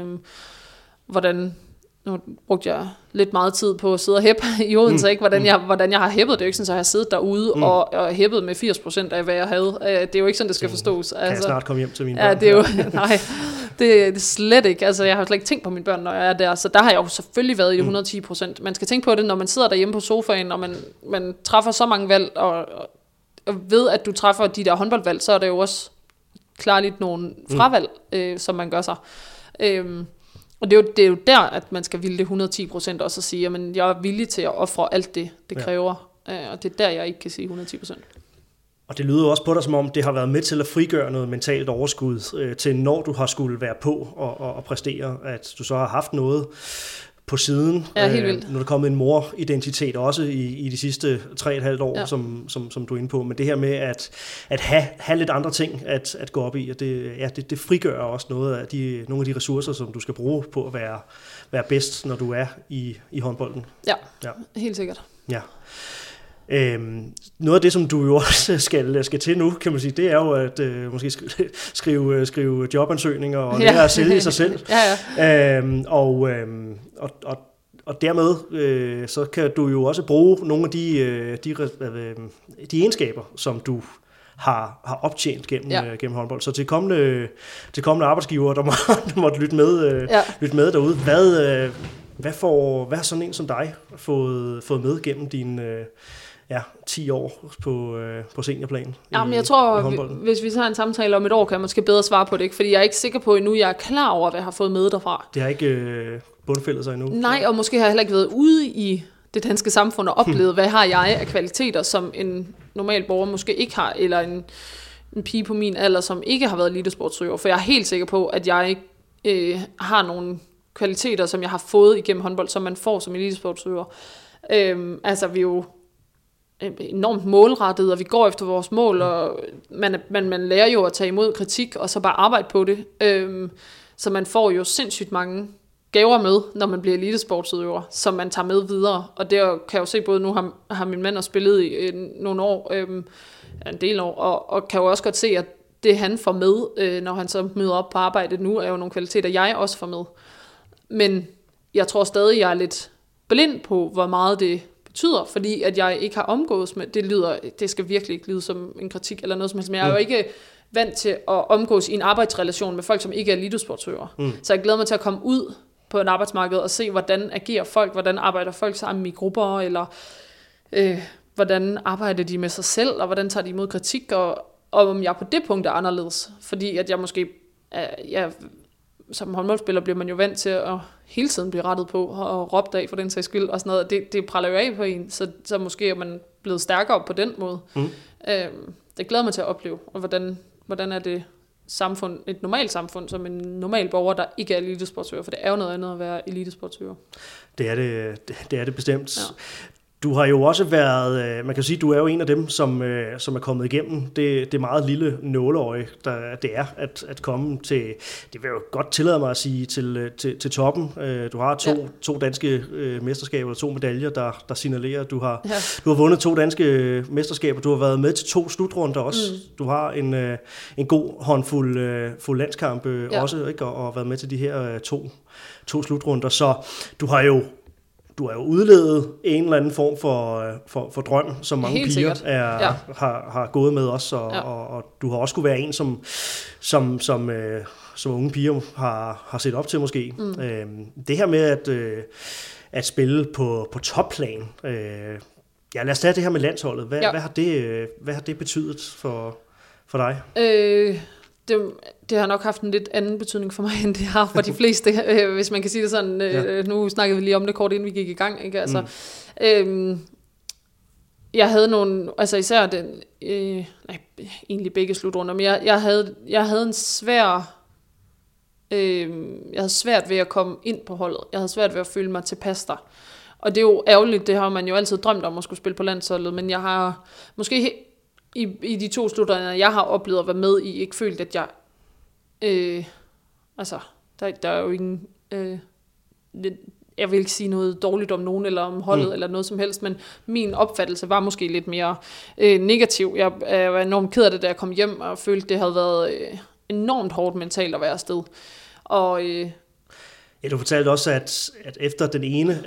Speaker 3: Nu brugte jeg lidt meget tid på at sidde og hæppe i Odense, ikke? Hvordan jeg har hæppet. Det er jo ikke sådan, at jeg har siddet derude og hæppet med 80% af, hvad jeg havde. Det er jo ikke sådan, det skal forstås.
Speaker 2: Kan jeg snart komme hjem til mine børn?
Speaker 3: Ja, det er jo, nej, det er slet ikke. Altså, jeg har slet ikke tænkt på mine børn, når jeg er der. Så der har jeg jo selvfølgelig været i det 110%. Man skal tænke på det, når man sidder derhjemme på sofaen, og man træffer så mange valg, og ved, at du træffer de der håndboldvalg, så er det jo også klarligt nogle fravalg, som man gør sig. Og det er jo der, at man skal ville det 110% også at sige, at jeg er villig til at ofre alt det kræver. Og det er der, jeg ikke kan sige 110%.
Speaker 2: Og det lyder jo også på dig, som om det har været med til at frigøre noget mentalt overskud til, når du har skulle være på og præstere, at du så har haft noget på siden.
Speaker 3: Ja, helt vildt.
Speaker 2: Nu er der kommet en mor-identitet også i de sidste 3,5 år, som du er inde på. Men det her med at have lidt andre ting at gå op i, og det frigør også nogle af de ressourcer, som du skal bruge på at være bedst, når du er i håndbolden.
Speaker 3: Ja, helt sikkert.
Speaker 2: Ja. Noget af det, som du jo også skal til nu, kan man sige, det er jo at måske skrive jobansøgninger og lære at sælge sig selv. Og dermed så kan du jo også bruge nogle af de egenskaber, som du har optjent gennem håndbold. Så til kommende arbejdsgiver, der måtte lytte med derude, hvad har sådan en som dig fået med gennem din 10 år på seniorplan?
Speaker 3: Jamen, jeg tror, hvis vi tager en samtale om et år, kan jeg måske bedre svare på det, ikke? Fordi jeg er ikke sikker på endnu, jeg er klar over, hvad jeg har fået med derfra.
Speaker 2: Det har ikke bundfældet sig endnu?
Speaker 3: Nej, og måske har jeg heller ikke været ude i det danske samfund og oplevet, hvad har jeg af kvaliteter, som en normal borger måske ikke har, eller en pige på min alder, som ikke har været elitesportsøger. For jeg er helt sikker på, at jeg har nogle kvaliteter, som jeg har fået igennem håndbold, som man får som elitesportsøger. Altså, vi er jo enormt målrettet, og vi går efter vores mål, og man lærer jo at tage imod kritik, og så bare arbejde på det. Så man får jo sindssygt mange gaver med, når man bliver elitesportsudøver, som man tager med videre. Og det kan jeg jo se, både nu har min mand også spillet i nogle år, en del år, og kan jo også godt se, at det han får med, når han så møder op på arbejdet nu, er jo nogle kvaliteter, jeg også får med. Men jeg tror stadig, jeg er lidt blind på, hvor meget det betyder, fordi at jeg ikke har omgås med, det skal virkelig ikke lyde som en kritik eller noget som helst, men jeg er jo ikke vant til at omgås i en arbejdsrelation med folk, som ikke er elitesportsøgere. Så jeg glæder mig til at komme ud på en arbejdsmarked og se, hvordan agerer folk, hvordan arbejder folk sammen i grupper, eller hvordan arbejder de med sig selv, og hvordan tager de imod kritik, og om jeg på det punkt er anderledes, fordi at jeg måske som håndboldspiller bliver man jo vant til at hele tiden blive rettet på og råbt af for den sags skyld og sådan noget. Det praller jo af på en, så måske er man blevet stærkere på den måde. Det glæder mig til at opleve, og hvordan er det samfund, et normalt samfund, som en normal borger, der ikke er elitesportsøger, for det er jo noget andet at være elitesportsøger.
Speaker 2: Det er det bestemt. Ja. Du har jo også været, man kan sige, du er jo en af dem, som er kommet igennem det meget lille nåleøje, det er at komme til, det vil jeg jo godt tillade mig at sige, til toppen. Du har to danske mesterskaber, 2 medaljer, der signalerer, du har vundet 2 danske mesterskaber, du har været med til 2 slutrunder også. Du har en god håndfuld landskampe også, ikke? Og været med til de her to slutrunder, så du har jo udlevet en eller anden form for drøm, som mange
Speaker 3: helt
Speaker 2: piger har gået med også, og du har også kunne være en, som unge piger har set op til måske. Det her med at spille på topplan, lad os tage det her med landsholdet. Hvad har det betydet for dig?
Speaker 3: Det har nok haft en lidt anden betydning for mig, end det har for de fleste, hvis man kan sige det sådan. Nu snakkede vi lige om det kort, inden vi gik i gang. Ikke? Altså, jeg havde nogle, altså især den, egentlig begge slutrunder, men jeg havde en svær, jeg havde svært ved at komme ind på holdet. Jeg havde svært ved at føle mig tilpas der. Og det er jo ærgerligt, det har man jo altid drømt om at skulle spille på landsholdet, men jeg har måske i de 2 slutrunder, jeg har oplevet at være med i, ikke følt, at jeg der er jo ingen jeg vil ikke sige noget dårligt om nogen eller om holdet eller noget som helst, men min opfattelse var måske lidt mere negativ. Jeg var enormt ked af det, da jeg kom hjem og følte, det havde været enormt hårdt mentalt at være afsted. Og
Speaker 2: du fortalte også, at efter den ene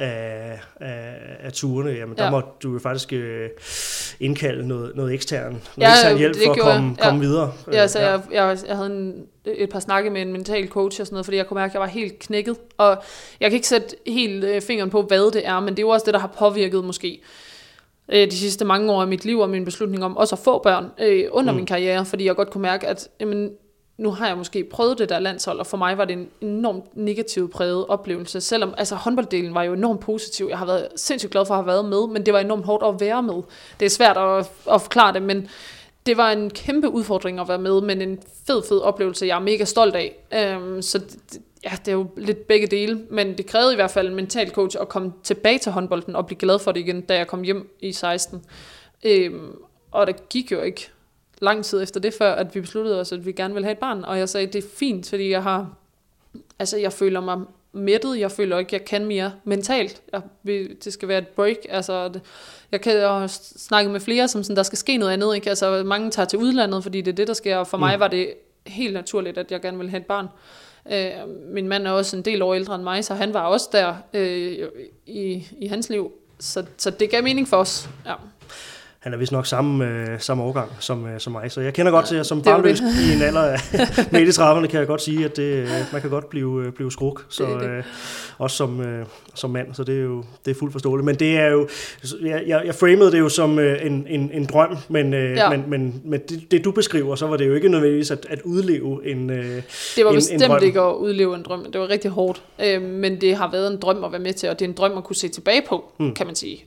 Speaker 2: af turene, jamen, der måtte du jo faktisk indkalde noget ekstern hjælp for at komme videre.
Speaker 3: Ja, så jeg havde et par snakke med en mental coach og sådan noget, fordi jeg kunne mærke, at jeg var helt knækket. Og jeg kan ikke sætte helt fingeren på, hvad det er, men det er jo også det, der har påvirket måske de sidste mange år af mit liv og min beslutning om også at få børn under min karriere, fordi jeg godt kunne mærke, at nu har jeg måske prøvet det der landshold, og for mig var det en enormt negativt præget oplevelse, selvom altså håndbolddelen var jo enormt positiv. Jeg har været sindssygt glad for at have været med, men det var enormt hårdt at være med. Det er svært at forklare det, men det var en kæmpe udfordring at være med, men en fed oplevelse, jeg er mega stolt af. Så det er jo lidt begge dele, men det krævede i hvert fald en mental coach at komme tilbage til håndbolden og blive glad for det igen, da jeg kom hjem i 16. Og der gik jo ikke lang tid efter det, før at vi besluttede os, at vi gerne ville have et barn, og jeg sagde, det er fint, fordi jeg føler mig mættet, jeg føler ikke, jeg kan mere mentalt, det skal være et break, jeg kan snakke med flere, som sådan, der skal ske noget andet, ikke? Altså mange tager til udlandet, fordi det er det, der sker, og for mig var det helt naturligt, at jeg gerne ville have et barn. Min mand er også en del år ældre end mig, så han var også der i hans liv, så det gav mening for os, ja.
Speaker 2: Han er vist nok samme årgang som mig, så jeg kender godt til, at som barnløs i en alder af midt i 30'erne, kan jeg godt sige, at man kan godt blive skruk, så også som mand, så det er fuldt forståeligt. Men det er jo, jeg framede det jo som en drøm, men det du beskriver, så var det jo ikke nødvendigvis at udleve en
Speaker 3: det var bestemt ikke at udleve en drøm, det var rigtig hårdt, men det har været en drøm at være med til, og det er en drøm at kunne se tilbage på, kan man sige.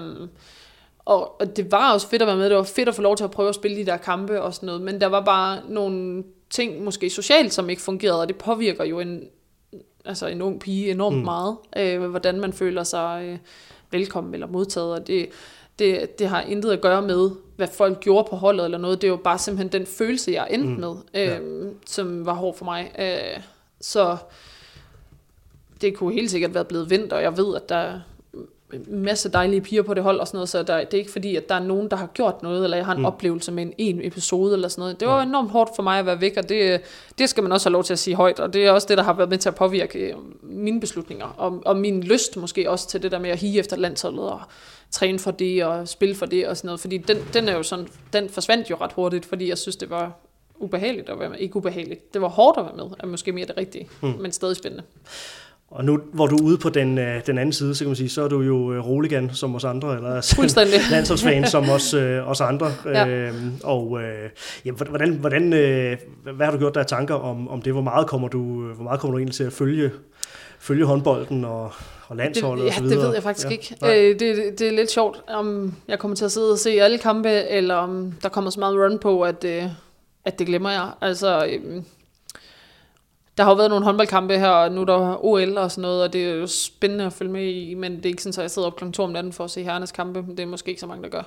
Speaker 3: Og det var også fedt at være med, det var fedt at få lov til at prøve at spille de der kampe og sådan noget, men der var bare nogle ting, måske socialt, som ikke fungerede, og det påvirker jo en ung pige enormt meget, hvordan man føler sig velkommen eller modtaget, og det har intet at gøre med, hvad folk gjorde på holdet eller noget, det er jo bare simpelthen den følelse, jeg endte med, som var hård for mig, så det kunne helt sikkert være blevet vendt, og jeg ved, at der en masse dejlige piger på det hold og sådan noget, så det er ikke fordi, at der er nogen, der har gjort noget, eller jeg har en oplevelse med en episode eller sådan noget. Det var enormt hårdt for mig at være væk, og det skal man også have lov til at sige højt, og det er også det, der har været med til at påvirke mine beslutninger, og min lyst måske også til det der med at hige efter landsholdet, og træne for det, og spille for det og sådan noget, fordi den er jo sådan, den forsvandt jo ret hurtigt, fordi jeg synes, det var ubehageligt at være med. Ikke ubehageligt, det var hårdt at være med, er måske mere det rigtige, men stadig spændende. Og
Speaker 2: nu, hvor du er ude på den anden side, så kan man sige, så er du jo roligan som os andre, eller landsholdsfan som os andre. Ja. Hvad har du gjort der tanker om det? Hvor meget kommer du egentlig til at følge håndbolden og landsholdet og så videre?
Speaker 3: Det ved jeg faktisk ikke. Det er lidt sjovt, om jeg kommer til at sidde og se alle kampe, eller om der kommer så meget run på, at det glemmer jeg. Altså, der har jo været nogle håndboldkampe her, og nu er der OL og sådan noget, og det er jo spændende at følge med i, men det er ikke sådan, at jeg sidder op kl. 2 om natten for at se herrenes kampe. Det er måske ikke så mange, der gør.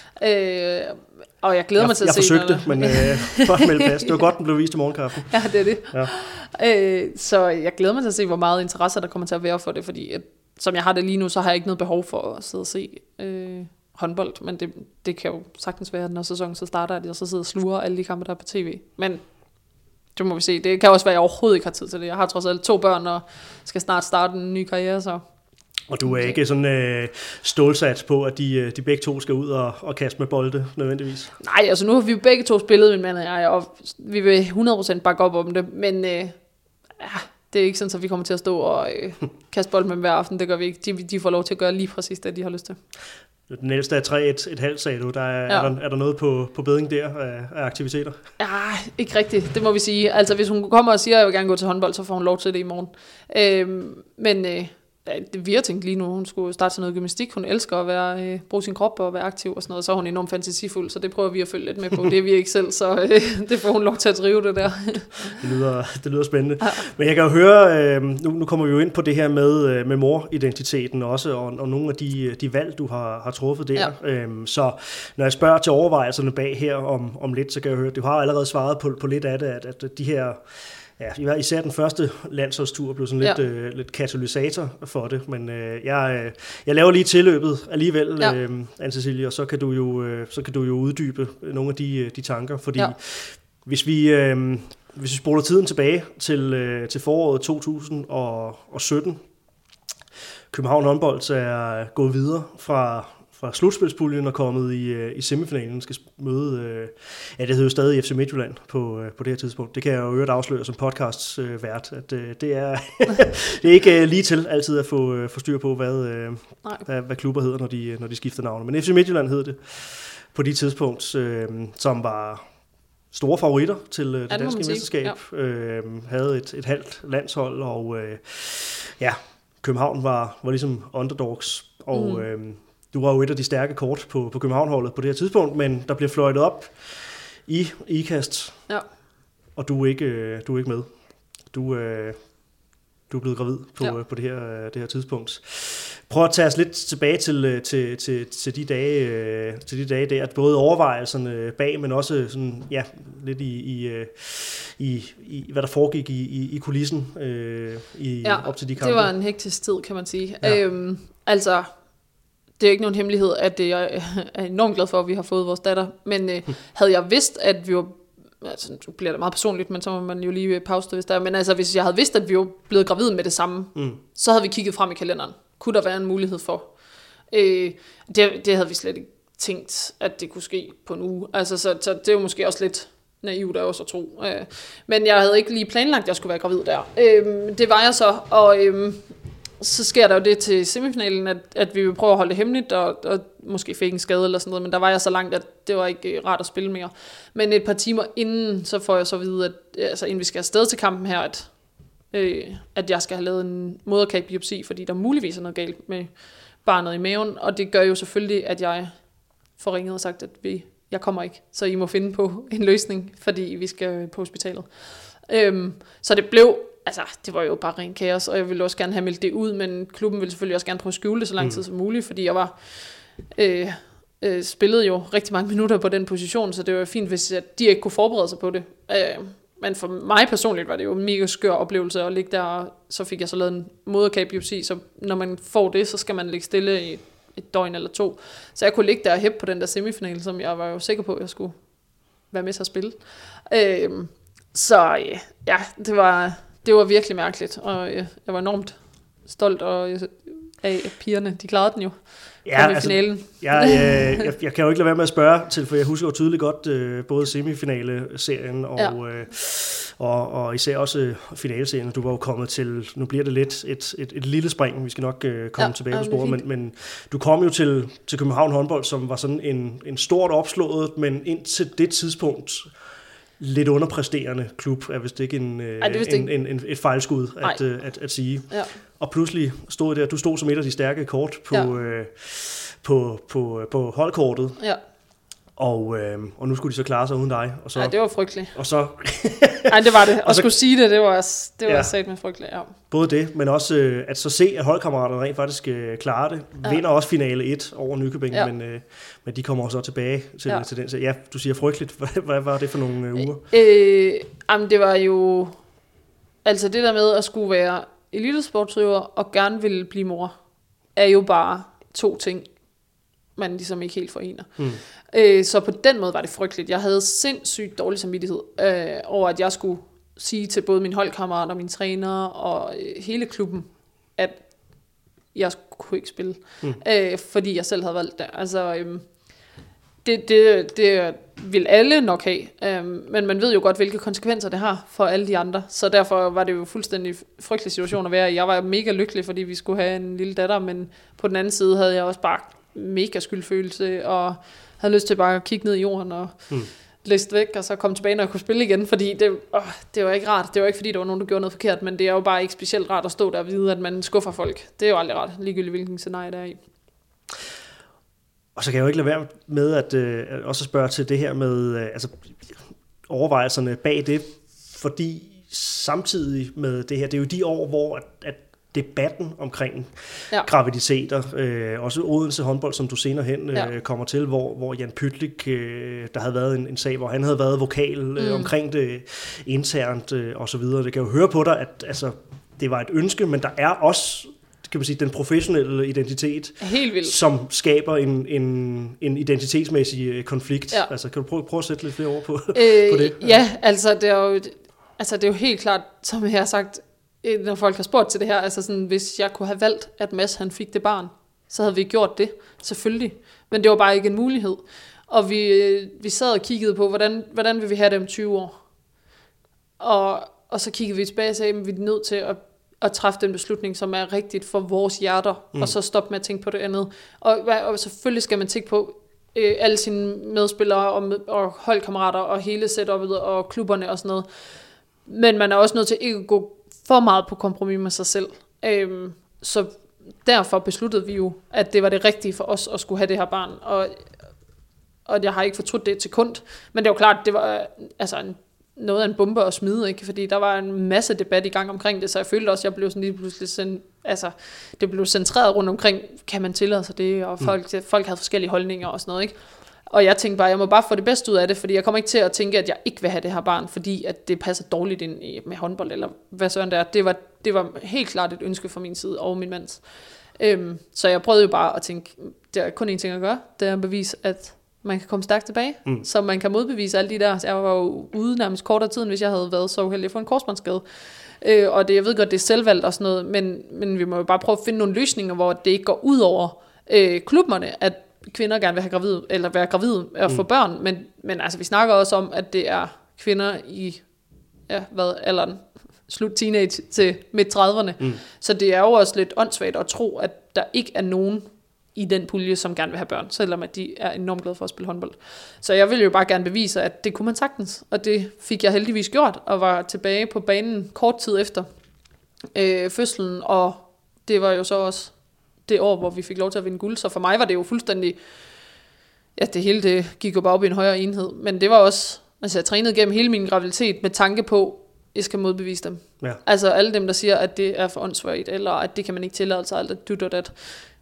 Speaker 3: Og jeg glæder mig til at se...
Speaker 2: Jeg forsøgte, men godt melde pas. Det var godt, den blev vist i morgenkaffen.
Speaker 3: Ja, det er det.
Speaker 2: Ja.
Speaker 3: Så jeg glæder mig til at se, hvor meget interesse der kommer til at være for det, fordi som jeg har det lige nu, så har jeg ikke noget behov for at sidde og se håndbold, men det kan jo sagtens være, at når sæsonen så starter, at jeg så sidder og sluger alle de kampe, der er på tv. Men det må vi se. Det kan også være, at jeg overhovedet ikke har tid til det. Jeg har trods alt 2 børn, og skal snart starte en ny karriere, så...
Speaker 2: Og du er ikke sådan stålsat på, at de begge to skal ud og kaste med bolde, nødvendigvis?
Speaker 3: Nej, altså nu har vi jo begge to spillet, min mand og jeg, og vi vil 100% bakke op om det, men det er ikke sådan, at vi kommer til at stå og kaste bold med dem hver aften. Det gør vi ikke. De får lov til at gøre lige præcis det, de har lyst til.
Speaker 2: Den ældste er 3,5, sagde du. Er der noget på beding der af aktiviteter?
Speaker 3: Ja, ikke rigtigt. Det må vi sige. Altså, hvis hun kommer og siger, at jeg vil gerne gå til håndbold, så får hun lov til det i morgen. Men vi har tænkt lige nu, hun skulle starte til noget gymnastik. Hun elsker at bruge sin krop og være aktiv og sådan noget. Så er hun enormt fantasifuld, så det prøver vi at følge lidt med på. Det er vi ikke selv, så det får hun lov til at drive det der.
Speaker 2: Det lyder spændende. Ja. Men jeg kan jo høre, nu kommer vi jo ind på det her med moridentiteten også, og nogle af de valg, du har truffet der. Ja. Så når jeg spørger til overvejelserne bag her om lidt, så kan jeg høre, du har allerede svaret på lidt af det, at de her... Ja, især den første landsholdstur blev sådan lidt katalysator for det, men jeg laver lige tilløbet alligevel, Anne-Cecilie, og så kan du jo uddybe nogle af de tanker, fordi hvis vi spoler tiden tilbage til foråret 2017, København Håndbold er gået videre fra slutspilspuljen og kommet i semifinalen, skal møde, det hedder jo stadig FC Midtjylland på det her tidspunkt. Det kan jeg jo øvrigt afsløre som podcastvært, at det er ikke lige til altid at få styr på, hvad klubber hedder, når de skifter navne. Men FC Midtjylland hed det på det tidspunkt, som var store favoritter til det danske mesterskab. Havde et halvt landshold, og København var ligesom underdogs, og du var jo et af de stærke kort på København-holdet på det her tidspunkt, men der bliver fløjtet op i IKAST, og du er ikke med. Du er blevet gravid på det her tidspunkt. Prøv at tage os lidt tilbage til de dage der, både overvejelserne bag, men også sådan, lidt i hvad der foregik i kulissen op til de kampe.
Speaker 3: Det var en hektisk tid, kan man sige. Ja. Altså, det er ikke nogen hemmelighed, at jeg er enormt glad for, at vi har fået vores datter. Men havde jeg vidst, at vi var... Altså, nu bliver det meget personligt, men så må man jo lige pause det, hvis der er. Men altså, hvis jeg havde vidst, at vi var blevet gravide med det samme, så havde vi kigget frem i kalenderen. Kunne der være en mulighed for? Det havde vi slet ikke tænkt, at det kunne ske på en uge. Altså, så det er jo måske også lidt naivt af os at tro. Men jeg havde ikke lige planlagt, at jeg skulle være gravid der. Det var jeg så, og... Så sker der jo det til semifinalen, at vi vil prøve at holde det hemmeligt, og måske fik en skade eller sådan noget, men der var jeg så langt, at det var ikke rart at spille mere. Men et par timer inden, så får jeg så at vide, at altså, inden vi skal afsted til kampen her, at jeg skal have lavet en moderkagebiopsi, fordi der muligvis er noget galt med barnet i maven, og det gør jo selvfølgelig, at jeg får ringet og sagt, at jeg kommer ikke, så I må finde på en løsning, fordi vi skal på hospitalet. Så det blev... Altså, det var jo bare ren kaos, og jeg ville også gerne have meldt det ud, men klubben ville selvfølgelig også gerne prøve at skjule det så lang tid som muligt, fordi jeg var spillede jo rigtig mange minutter på den position, så det var fint, hvis de ikke kunne forberede sig på det. Men for mig personligt var det jo en mega skør oplevelse at ligge der, og så fik jeg så lavet en moderkagebiopsi, så når man får det, så skal man ligge stille i et døgn eller 2. Så jeg kunne ligge der og hæppe på den der semifinal, som jeg var jo sikker på, at jeg skulle være med til at spille. Det var virkelig mærkeligt, og jeg var enormt stolt af pigerne. De klarede den jo.
Speaker 2: Ja, altså, finalen. Jeg kan jo ikke lade være med at spørge til, for jeg husker jo tydeligt godt både semifinale-serien og især også finaleserien. Du var jo kommet til, nu bliver det lidt et lille spring, vi skal nok komme tilbage på sporet, men du kom jo til København Håndbold, som var sådan en stort opslået, men indtil det tidspunkt lidt underpræsterende klub, er vist ikke et fejlskud at sige. Ja. Og pludselig stod der, du stod som et af de stærke kort på holdkortet. Ja. Og nu skulle de så klare sig uden dig. Og så,
Speaker 3: ja, det var frygteligt.
Speaker 2: Og så...
Speaker 3: Nej, det var det. Og
Speaker 2: så,
Speaker 3: skulle sige det var sat med frygteligt, ja.
Speaker 2: Både det, men også at så se, at holdkammeraterne rent faktisk klarer det. Vinder også finale 1 over Nykøbing, men de kommer også tilbage til den. Så ja, du siger frygteligt. Hvad var det for nogle uger?
Speaker 3: Jamen, det var jo... Altså det der med at skulle være elitesportsudøver og gerne ville blive mor, er jo bare 2 ting, man ligesom ikke helt forener. Så på den måde var det frygteligt. Jeg havde sindssygt dårlig samvittighed over, at jeg skulle sige til både min holdkammerat og mine trænere og hele klubben, at jeg kunne ikke spille, fordi jeg selv havde valgt det. Altså, det vil alle nok have, men man ved jo godt, hvilke konsekvenser det har for alle de andre. Så derfor var det jo fuldstændig frygtelig situation at være i. Jeg var mega lykkelig, fordi vi skulle have en lille datter, men på den anden side havde jeg også bare mega skyldfølelse, og havde lyst til bare at kigge ned i jorden og liste væk, og så komme tilbage, når jeg kunne spille igen, fordi det var ikke rart. Det var ikke, fordi der var nogen, der gjorde noget forkert, men det er jo bare ikke specielt rart at stå der og vide, at man skuffer folk. Det er jo aldrig rart, ligegyldigt hvilken scenarie der er i.
Speaker 2: Og så kan jeg jo ikke lade være med at også spørge til det her med overvejelserne bag det, fordi samtidig med det her, det er jo de år, hvor at debatten omkring graviditeter, også Odense håndbold, som du senere hen kommer til, hvor Jan Pytlik, der havde været en sag, hvor han havde været vokal omkring det internt og så videre. Det kan jo høre på dig, at altså, det var et ønske, men der er også, kan man sige, den professionelle identitet, som skaber en identitetsmæssig konflikt. Ja. Altså, kan du prøve at sætte lidt flere ord på det?
Speaker 3: Ja, altså det er jo helt klart, som jeg har sagt, når folk har spurgt til det her, altså sådan, hvis jeg kunne have valgt, at Mads han fik det barn, så havde vi gjort det, selvfølgelig. Men det var bare ikke en mulighed. Og vi sad og kiggede på, hvordan vil vi have det om 20 år? Og så kiggede vi tilbage og sagde, at vi er nødt til at træffe den beslutning, som er rigtigt for vores hjerter, og så stoppe med at tænke på det andet. Og selvfølgelig skal man tænke på alle sine medspillere og holdkammerater og hele setupet og klubberne og sådan noget. Men man er også nødt til ikke at gå for meget på kompromis med sig selv. Så derfor besluttede vi jo, at det var det rigtige for os at skulle have det her barn. Og jeg har ikke fortrudt det til kund. Men det var klart, det var noget af en bombe at smide, ikke? Fordi der var en masse debat i gang omkring det, så jeg følte også, at jeg blev sådan lige pludselig det blev centreret rundt omkring, kan man tillade sig det, og folk havde forskellige holdninger og sådan noget, ikke? Og jeg tænkte bare, jeg må bare få det bedste ud af det, fordi jeg kommer ikke til at tænke, at jeg ikke vil have det her barn, fordi at det passer dårligt ind med håndbold, eller hvad sådan der. Det var helt klart et ønske fra min side og min mands. Så jeg prøvede jo bare at tænke, der er kun én ting at gøre, det er at bevise, at man kan komme stærkt tilbage, så man kan modbevise alle de der. Jeg var jo ude nærmest kortere tid, hvis jeg havde været så heldig at få en korsbåndsskade. Og jeg ved godt, det er selvvalgt og sådan noget, men vi må jo bare prøve at finde nogle løsninger, hvor det ikke går ud over klubberne, at kvinder gerne vil have være gravide og få børn, men altså vi snakker også om, at det er kvinder i alderen slut teenage til midt 30'erne. Så det er jo også lidt åndssvagt at tro, at der ikke er nogen i den pulje, som gerne vil have børn, selvom at de er enormt glade for at spille håndbold. Så jeg ville jo bare gerne bevise, at det kunne man sagtens, og det fik jeg heldigvis gjort, og var tilbage på banen kort tid efter fødslen, og det var jo så også det år, hvor vi fik lov til at vinde guld, så for mig var det jo fuldstændig, det hele det gik jo bare op i en højere enhed, men det var også, altså jeg trænede gennem hele min graviditet med tanke på, jeg skal modbevise dem. Ja. Altså alle dem, der siger, at det er for åndssvagt, eller at det kan man ikke tillade sig, alt det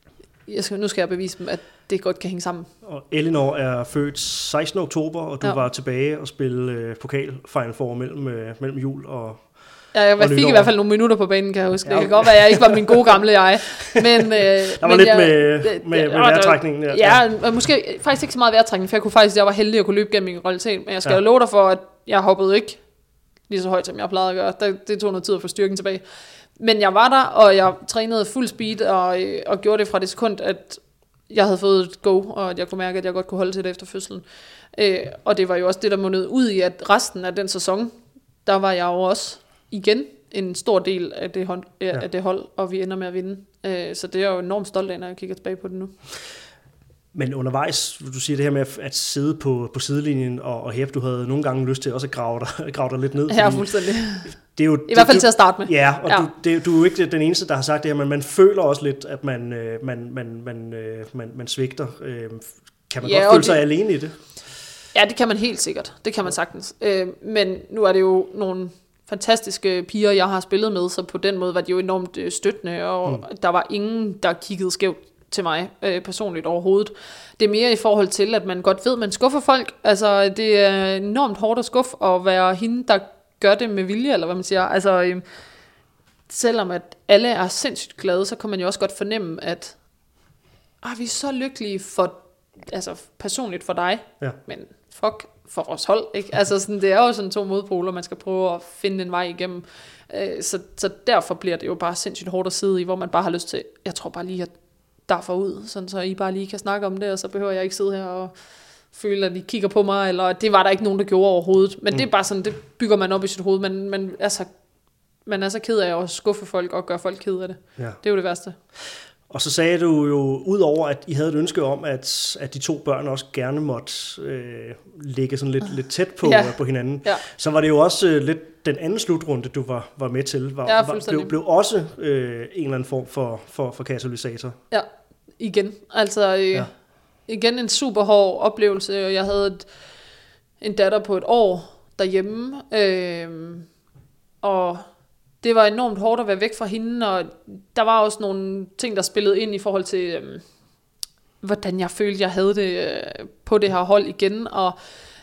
Speaker 3: nu skal jeg bevise dem, at det godt kan hænge sammen. Og
Speaker 2: Elinor er født 16. oktober, og du var tilbage og spille pokal Final Four mellem jul og
Speaker 3: jeg fik i hvert fald nogle minutter på banen, kan jeg huske. Det kan godt være, at jeg ikke var min gode gamle jeg. Men,
Speaker 2: der var lidt med vejrtrækningen.
Speaker 3: Ja, måske faktisk ikke så meget vejrtrækning, for jeg var heldig at kunne løbe gennem min realitet. Men jeg skal love dig for, at jeg hoppede ikke lige så højt, som jeg plejede at gøre. Det tog noget tid at få styrken tilbage. Men jeg var der, og jeg trænede fuld speed, og gjorde det fra det sekund, at jeg havde fået et go, og at jeg kunne mærke, at jeg godt kunne holde til det efter fødslen. Og det var jo også det, der mundede ud i, at resten af den sæson, der var jeg jo også igen en stor del af det hold, og vi ender med at vinde. Så det er jeg jo enormt stolt af, når jeg kigger tilbage på det nu.
Speaker 2: Men undervejs, du siger det her med at sidde på sidelinjen og hæppe, du havde nogle gange lyst til også at grave dig lidt ned.
Speaker 3: Ja, fuldstændig.
Speaker 2: Det er jo,
Speaker 3: i hvert fald til at starte med.
Speaker 2: Ja, og du er jo ikke den eneste, der har sagt det her, men man føler også lidt, at man svigter. Kan man godt føle sig alene i det?
Speaker 3: Ja, det kan man helt sikkert. Det kan man sagtens. Men nu er det jo nogle fantastiske piger, jeg har spillet med, så på den måde var de jo enormt støttende, og der var ingen, der kiggede skævt til mig personligt overhovedet. Det er mere i forhold til, at man godt ved, at man skuffer folk. Altså, det er enormt hårdt at skuffe, og være hende, der gør det med vilje, eller hvad man siger. Altså, selvom at alle er sindssygt glade, så kan man jo også godt fornemme, at vi er så lykkelige for, altså personligt for dig, men fuck for vores hold, ikke? Altså sådan, det er jo sådan to modpoler, man skal prøve at finde en vej igennem. Så derfor bliver det jo bare sindssygt hårdt at sidde i, hvor man bare har lyst til, jeg tror bare lige, at derfor ud, sådan så I bare lige kan snakke om det, og så behøver jeg ikke sidde her og føle, at I kigger på mig, eller det var der ikke nogen, der gjorde overhovedet. Men det er bare sådan, det bygger man op i sit hoved, men man er så ked af at skuffe folk og gøre folk ked af det. Ja. Det er jo det værste.
Speaker 2: Og så sagde du jo, udover at I havde et ønske om, at de to børn også gerne måtte ligge sådan lidt tæt på hinanden, så var det jo også lidt den anden slutrunde, du var med til, blev også en eller anden form for katalysator. Ja,
Speaker 3: igen. Altså igen en super hård oplevelse. Jeg havde en datter på 1 år derhjemme, og det var enormt hårdt at være væk fra hende, og der var også nogle ting, der spillede ind i forhold til, hvordan jeg følte, jeg havde det på det her hold igen, og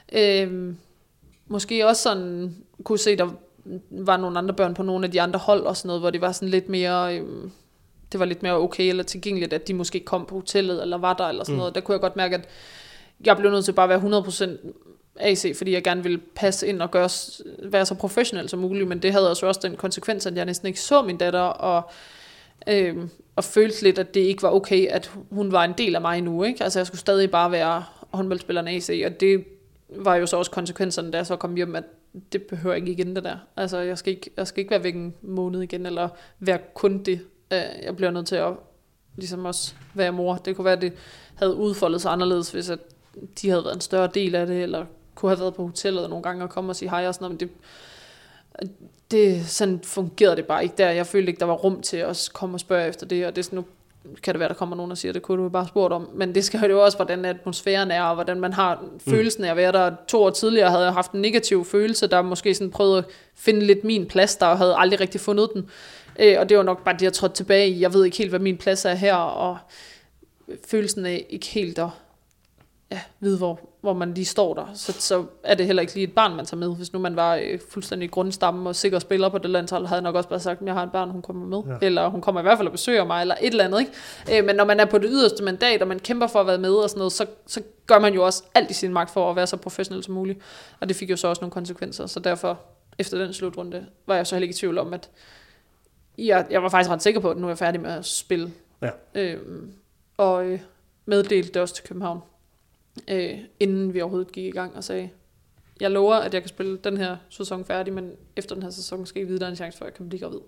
Speaker 3: måske også sådan kunne se, der var nogle andre børn på nogle af de andre hold og sådan noget, hvor det var sådan lidt mere, det var lidt mere okay eller tilgængeligt, at de måske kom på hotellet eller var der eller sådan noget. Der kunne jeg godt mærke, at jeg blev nødt til bare at være 100% AC, fordi jeg gerne ville passe ind og være så professionel som muligt, men det havde også den konsekvens, at jeg næsten ikke så min datter, og følte lidt, at det ikke var okay, at hun var en del af mig nu, ikke? Altså jeg skulle stadig bare være håndboldspilleren AC, og det var jo så også konsekvenserne, da jeg så kom hjem, at det behøver jeg ikke igen det der. Altså jeg skal ikke være væk en måned igen, eller være kun det. Jeg bliver nødt til at ligesom også være mor. Det kunne være, at det havde udfoldet sig anderledes, hvis at de havde været en større del af det, eller kunne have været på hotellet nogle gange og komme og sige hej og sådan noget, men det sådan fungerede det bare ikke der. Jeg følte ikke, der var rum til at komme og spørge efter det, og det nu kan det være, der kommer nogen og siger, det kunne du bare spurgt om, men det skal jo også, hvordan atmosfæren er, og hvordan man har følelsen af at være der. 2 år tidligere havde jeg haft en negativ følelse, der måske sådan prøvede at finde lidt min plads der, og havde aldrig rigtig fundet den. Og det var nok bare det, jeg trådte tilbage i. Jeg ved ikke helt, hvad min plads er her, og følelsen af ikke helt at vide, hvor man lige står der. Så er det heller ikke lige et barn, man tager med. Hvis nu man var fuldstændig grundstamme og sikker spiller på det landshold, havde jeg nok også bare sagt, at jeg har et barn, hun kommer med. Ja. Eller hun kommer i hvert fald og besøger mig, eller et eller andet. Ikke? Men når man er på det yderste mandat, og man kæmper for at være med og sådan noget, så gør man jo også alt i sin magt for at være så professionel som muligt. Og det fik jo så også nogle konsekvenser. Så derfor, efter den slutrunde, var jeg så heller ikke i tvivl om, at jeg var faktisk ret sikker på, at nu er jeg færdig med at spille. Ja. Og meddelte det også til København, inden vi overhovedet gik i gang, og sagde, jeg lover, at jeg kan spille den her sæson færdig, men efter den her sæson skal I vide, der er en chance for, at jeg kan blive gravid.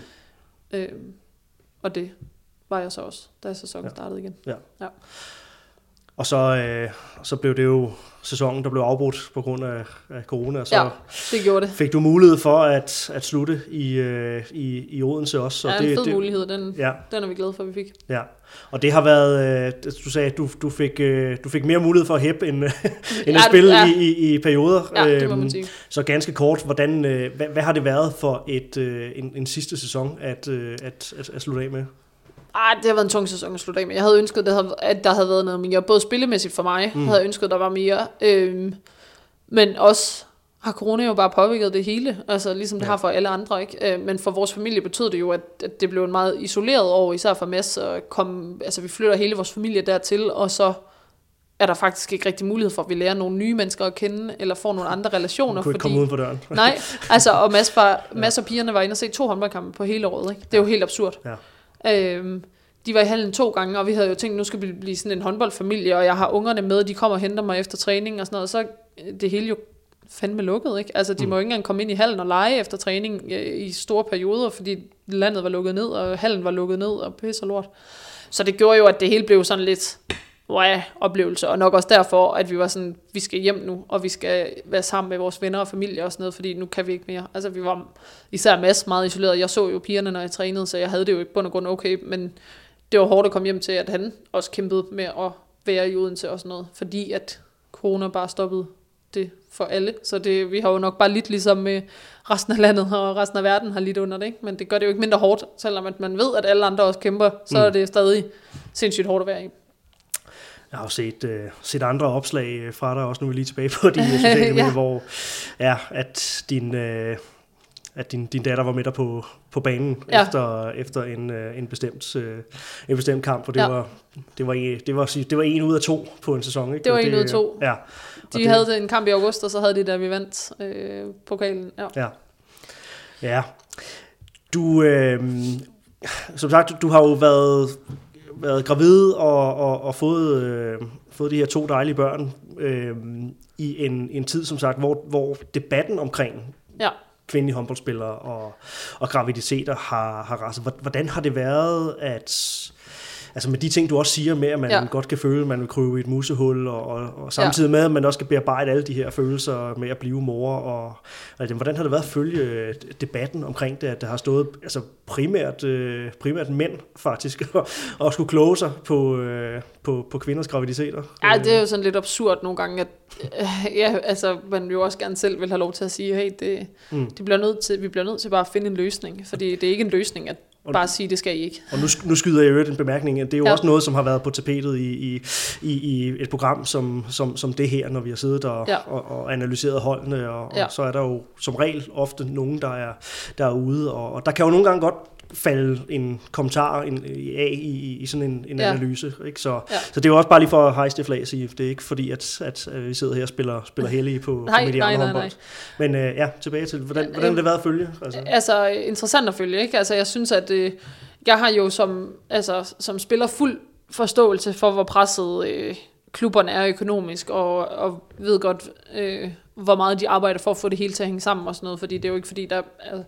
Speaker 3: Og det var jeg så også, da sæsonen startede igen. Ja.
Speaker 2: Og så blev det jo sæsonen, der blev afbrudt på grund af corona, og så
Speaker 3: det gjorde det.
Speaker 2: Fik du mulighed for at slutte i Odense også. Så
Speaker 3: en fed mulighed, den er vi glade for, at vi fik.
Speaker 2: Ja, og det har været, du sagde, at du fik mere mulighed for at hæppe end at spille i perioder.
Speaker 3: Ja, det må man sige.
Speaker 2: Så ganske kort, hvad har det været for en sidste sæson at slutte af med?
Speaker 3: Det har været en tung sæson at slutte af med. Jeg havde ønsket, at der havde været noget mere, både spillemæssigt for mig, havde ønsket, at der var mere, men også har corona jo bare påvirket det hele, altså ligesom det har for alle andre, ikke? Men for vores familie betød det jo, at det blev en meget isoleret år, især for Mads, og vi flytter hele vores familie dertil, og så er der faktisk ikke rigtig mulighed for, at vi lærer nogle nye mennesker at kende, eller får nogle andre relationer.
Speaker 2: Du kunne ikke komme uden for døren.
Speaker 3: Nej, og Mads og pigerne var inde og se 2 håndboldkampe på hele året, ikke? Det er jo helt absurd. Ja. De var i hallen 2 gange, og vi havde jo tænkt, nu skal vi blive sådan en håndboldfamilie, og jeg har ungerne med, de kommer og henter mig efter træning og sådan noget, og så det hele jo fandme lukket, ikke? Altså, de må ikke engang komme ind i hallen og lege efter træning i store perioder, fordi landet var lukket ned, og hallen var lukket ned, og pisse og lort. Så det gjorde jo, at det hele blev sådan lidt oplevelse, og nok også derfor, at vi var sådan, vi skal hjem nu, og vi skal være sammen med vores venner og familie og sådan noget, fordi nu kan vi ikke mere. Altså, vi var især Mads meget isoleret. Jeg så jo pigerne, når jeg trænede, så jeg havde det jo i bund og grund okay, men det var hårdt at komme hjem til, at han også kæmpede med at være i Odense og sådan noget, fordi at corona bare stoppede det for alle. Så vi har jo nok bare lidt ligesom med resten af landet og resten af verden har lidt under det, ikke? Men det gør det jo ikke mindre hårdt, selvom at man ved, at alle andre også kæmper, så er det stadig sindssygt hårdt at være i.
Speaker 2: Jeg har jo set andre opslag fra dig, også nu er vi lige tilbage på de sociale medier, hvor at din datter var med dig på banen efter en bestemt kamp, og det var en ud af 2 på en sæson, ikke?
Speaker 3: Det var en ud af 2.
Speaker 2: Ja.
Speaker 3: De havde en kamp i august, og så havde de, da vi vandt pokalen.
Speaker 2: Ja. Du, som sagt, du har jo været gravid og fået de her 2 dejlige børn i en tid, som sagt, hvor debatten omkring kvindelige håndboldspillere og graviditeter har raset. Hvordan har det været, altså med de ting, du også siger med, at man godt kan føle, at man vil krybe i et musehul, og samtidig med, at man også skal bearbejde alle de her følelser med at blive mor, og hvordan har det været at følge debatten omkring det, at der har stået altså primært mænd faktisk, og skulle kloge sig på kvinders graviditeter?
Speaker 3: Ja, det er jo sådan lidt absurd nogle gange, at altså, man jo også gerne selv vil have lov til at sige, hey, vi bliver nødt til bare at finde en løsning, fordi det er ikke en løsning, at bare sige, det skal I ikke.
Speaker 2: Og nu skyder jeg jo den bemærkning, at det er jo også noget, som har været på tapetet i et program som det her, når vi har siddet og analyseret holdene, og så er der jo som regel ofte nogen, der er ude, og der kan jo nogle gange godt falde en kommentar i sådan en analyse. Ikke? Så det er jo også bare lige for at hejse det flag at sige, det er ikke fordi, at vi sidder her og spiller hellige på Mediano håndbold. Men tilbage til, hvordan har det været at følge?
Speaker 3: Altså interessant at følge, ikke? Altså jeg synes, at jeg har jo som spiller fuld forståelse for, hvor presset klubberne er økonomisk, og ved godt, hvor meget de arbejder for at få det hele til at hænge sammen og sådan noget, fordi det er jo ikke fordi, der er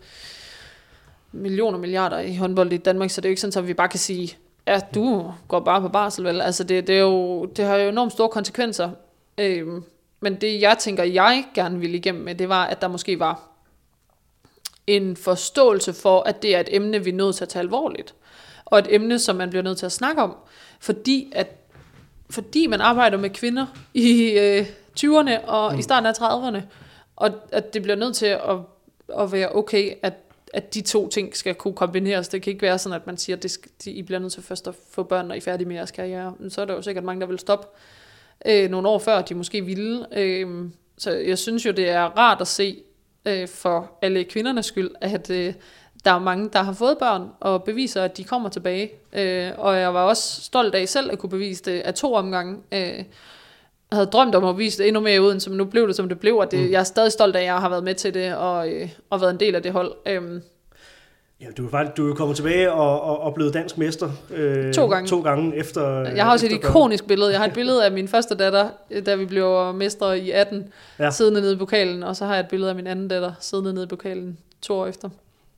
Speaker 3: milliarder i håndbold i Danmark, så det er jo ikke sådan, at vi bare kan sige, ja, du går bare på barsel, vel? Altså det har jo enormt store konsekvenser. Men det, jeg tænker, jeg gerne ville igennem med, det var, at der måske var en forståelse for, at det er et emne, vi er nødt til at tage alvorligt. Og et emne, som man bliver nødt til at snakke om. Fordi man arbejder med kvinder i 20'erne og i starten af 30'erne. Og at det bliver nødt til at være okay, at de 2 ting skal kunne kombineres. Det kan ikke være sådan, at man siger, at I bliver nødt til først at få børn, når I er færdige med jeres karriere. Så er der jo sikkert mange, der vil stoppe nogle år før, de måske ville. Så jeg synes jo, det er rart at se for alle kvindernes skyld, at der er mange, der har fået børn og beviser, at de kommer tilbage. Og jeg var også stolt af selv at kunne bevise det af 2 omgange. Jeg havde drømt om at vise det endnu mere uden, som nu blev det, som det blev, og jeg er stadig stolt af, at jeg har været med til det, og været en del af det hold.
Speaker 2: Ja, du er kommet tilbage og blevet dansk mester 2 gange efter.
Speaker 3: Jeg har også et ikonisk billede. Jeg har et billede af min første datter, da vi blev mestre i 18, siddende nede i pokalen, og så har jeg et billede af min anden datter, siddende nede i pokalen 2 år efter.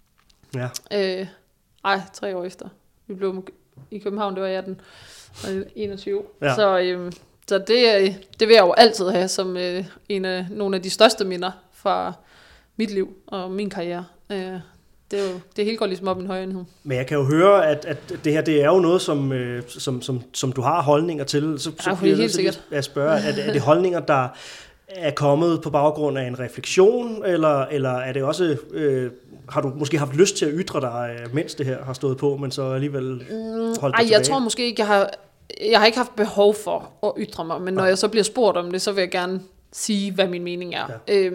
Speaker 3: Ja. 3 år efter. Vi blev i København, det var i 18, og 21. Ja. Så det vil jeg jo altid have som nogle af de største minder fra mit liv og min karriere. Det hele går ligesom op i en højere enhed.
Speaker 2: Men jeg kan jo høre, at det her, det er jo noget, som du har holdninger til. Så
Speaker 3: bliver jeg helt sikkert
Speaker 2: at spørge, er det holdninger, der er kommet på baggrund af en refleksion, eller er det også, har du måske haft lyst til at ytre dig, mens det her har stået på, men så alligevel holdt dig tilbage?
Speaker 3: Jeg tror måske ikke, jeg har ikke haft behov for at ytre mig, men når jeg så bliver spurgt om det, så vil jeg gerne sige, hvad min mening er. Ja.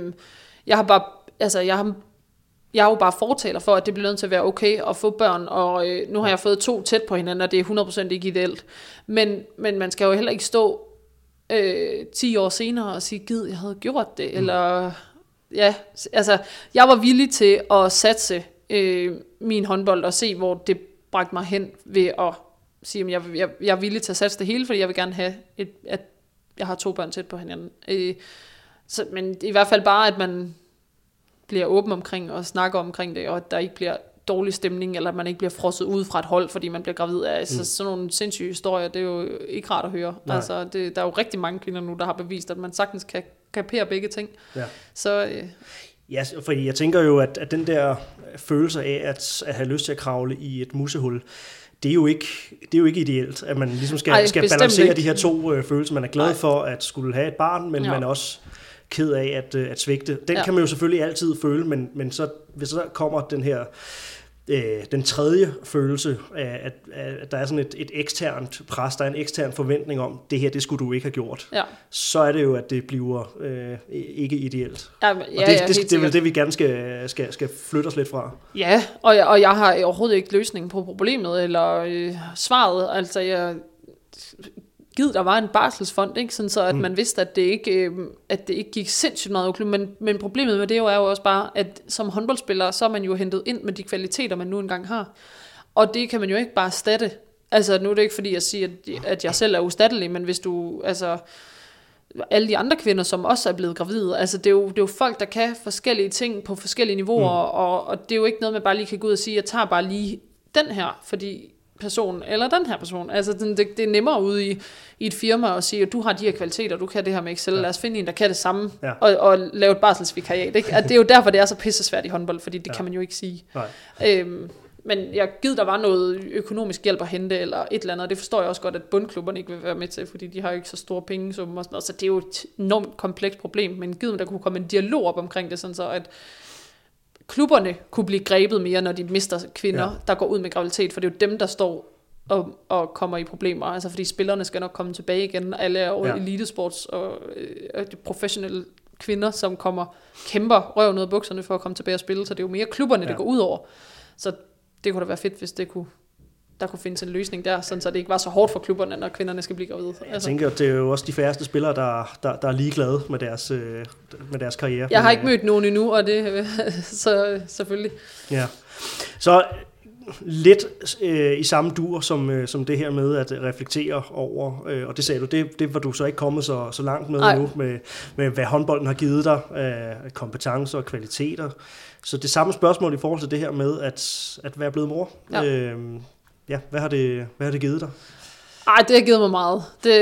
Speaker 3: Jeg er jo bare fortaler for, at det bliver nødt til at være okay at få børn, og nu har jeg fået 2 tæt på hinanden, og det er 100% ikke ideelt. Men man skal jo heller ikke stå 10 år senere og sige, gid, jeg havde gjort det, eller jeg var villig til at satse min håndbold og se, hvor det bragte mig hen ved at sige, at jeg er villig til at satse det hele, fordi jeg vil gerne have, at jeg har 2 børn tæt på hinanden. Men i hvert fald bare, at man bliver åben omkring og snakker omkring det, og at der ikke bliver dårlig stemning, eller at man ikke bliver frosset ud fra et hold, fordi man bliver gravid af sådan nogle sindssyge historier. Det er jo ikke rart at høre. Altså, der er jo rigtig mange kvinder nu, der har bevist, at man sagtens kan kapere begge ting. Ja. Så
Speaker 2: ja, fordi jeg tænker jo, at den der følelse af at have lyst til at kravle i et musehul, det er jo ikke ideelt, at man ligesom skal balancere de her to følelser. Man er glad for at skulle have et barn, men man er også ked af at svigte. Den kan man jo selvfølgelig altid føle, men så, hvis så kommer den tredje følelse af, at der er sådan et eksternt pres, der er en ekstern forventning om, det her, det skulle du ikke have gjort, så er det jo, at det bliver ikke ideelt. Og det er vel det, vi gerne skal flytte os lidt fra.
Speaker 3: Ja, og jeg har overhovedet ikke løsningen på problemet, eller svaret. Altså, der var en barselsfond, ikke? Sådan så at man vidste, at det ikke gik sindssygt meget uklugt. Men problemet med det er jo også bare, at som håndboldspiller, så er man jo hentet ind med de kvaliteter, man nu engang har. Og det kan man jo ikke bare erstatte. Altså nu er det ikke fordi, jeg siger, at jeg selv er ustattelig, men hvis du, altså alle de andre kvinder, som også er blevet gravide, altså det er jo folk, der kan forskellige ting på forskellige niveauer, og det er jo ikke noget, man bare lige kan gå ud og sige, jeg tager bare lige den her, fordi person, eller den her person. Altså, det er nemmere ude i et firma at sige, at du har de her kvaliteter, du kan det her med Excel, lad os finde en, der kan det samme, og lave et barselsvikariat. Ikke? At det er jo derfor, det er så pissesvært i håndbold, fordi det kan man jo ikke sige. Men jeg gider, der var noget økonomisk hjælp at hente, eller et eller andet, og det forstår jeg også godt, at bundklubberne ikke vil være med til, fordi de har jo ikke så store penge, så det er jo et enormt komplekst problem, men givet, der kunne komme en dialog op omkring det, sådan så at klubberne kunne blive grebet mere, når de mister kvinder, der går ud med graviditet, for det er jo dem, der står og kommer i problemer, altså fordi spillerne skal nok komme tilbage igen, alle er jo elitesports og de professionelle kvinder, som kæmper røven ud af bukserne for at komme tilbage og spille, så det er jo mere klubberne, det går ud over. Så det kunne da være fedt, hvis der kunne findes en løsning der, sådan så det ikke var så hårdt for klubberne, når kvinderne skal blive gravide.
Speaker 2: Jeg tænker, at det er jo også de færreste spillere, der er ligeglade med deres karriere.
Speaker 3: Jeg har ikke mødt nogen endnu, og det så selvfølgelig.
Speaker 2: Ja. Så lidt i samme dur som det her med at reflektere over, og det sagde du, det var du så ikke kommet så langt med nu, med hvad håndbolden har givet dig af kompetencer og kvaliteter. Så det samme spørgsmål i forhold til det her med at være blevet mor. Hvad har det givet dig?
Speaker 3: Det har givet mig meget.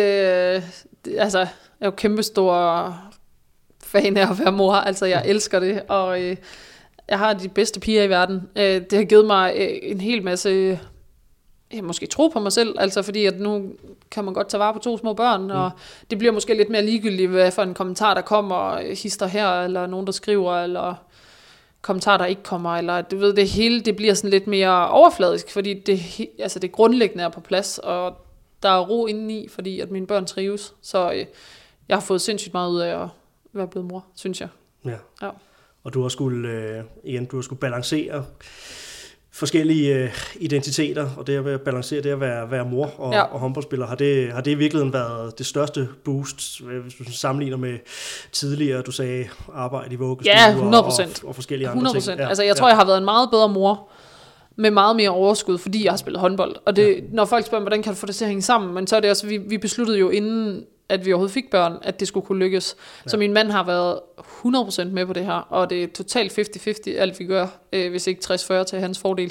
Speaker 3: Altså, jeg er jo kæmpestor fan af at være mor. Altså, jeg elsker det, og jeg har de bedste piger i verden. Det har givet mig en hel masse, måske tro på mig selv, altså fordi at nu kan man godt tage vare på 2 små børn, og det bliver måske lidt mere ligegyldigt, hvad for en kommentar, der kommer, hister her, eller nogen, der skriver, eller kommentarer, der ikke kommer, eller du ved, det hele, det bliver sådan lidt mere overfladisk, fordi det grundlæggende er på plads, og der er ro indeni, fordi at mine børn trives, så jeg har fået sindssygt meget ud af at være blevet mor, synes jeg. Ja.
Speaker 2: Og du har skulle balancere forskellige identiteter, og det at balancere det at være mor og håndboldspiller, har det i virkeligheden været det største boost, hvis du sammenligner med tidligere, du sagde arbejde i vuggestue
Speaker 3: 100%.
Speaker 2: og forskellige andre 100%. ting.
Speaker 3: Altså jeg tror, jeg har været en meget bedre mor, med meget mere overskud, fordi jeg har spillet håndbold. Og det, når folk spørger, hvordan kan du få det til at hænge sammen, men så er det også, vi besluttede jo inden, at vi overhovedet fik børn, at det skulle kunne lykkes. Så min mand har været 100% med på det her, og det er totalt 50-50, alt vi gør, hvis ikke 60-40 til hans fordel.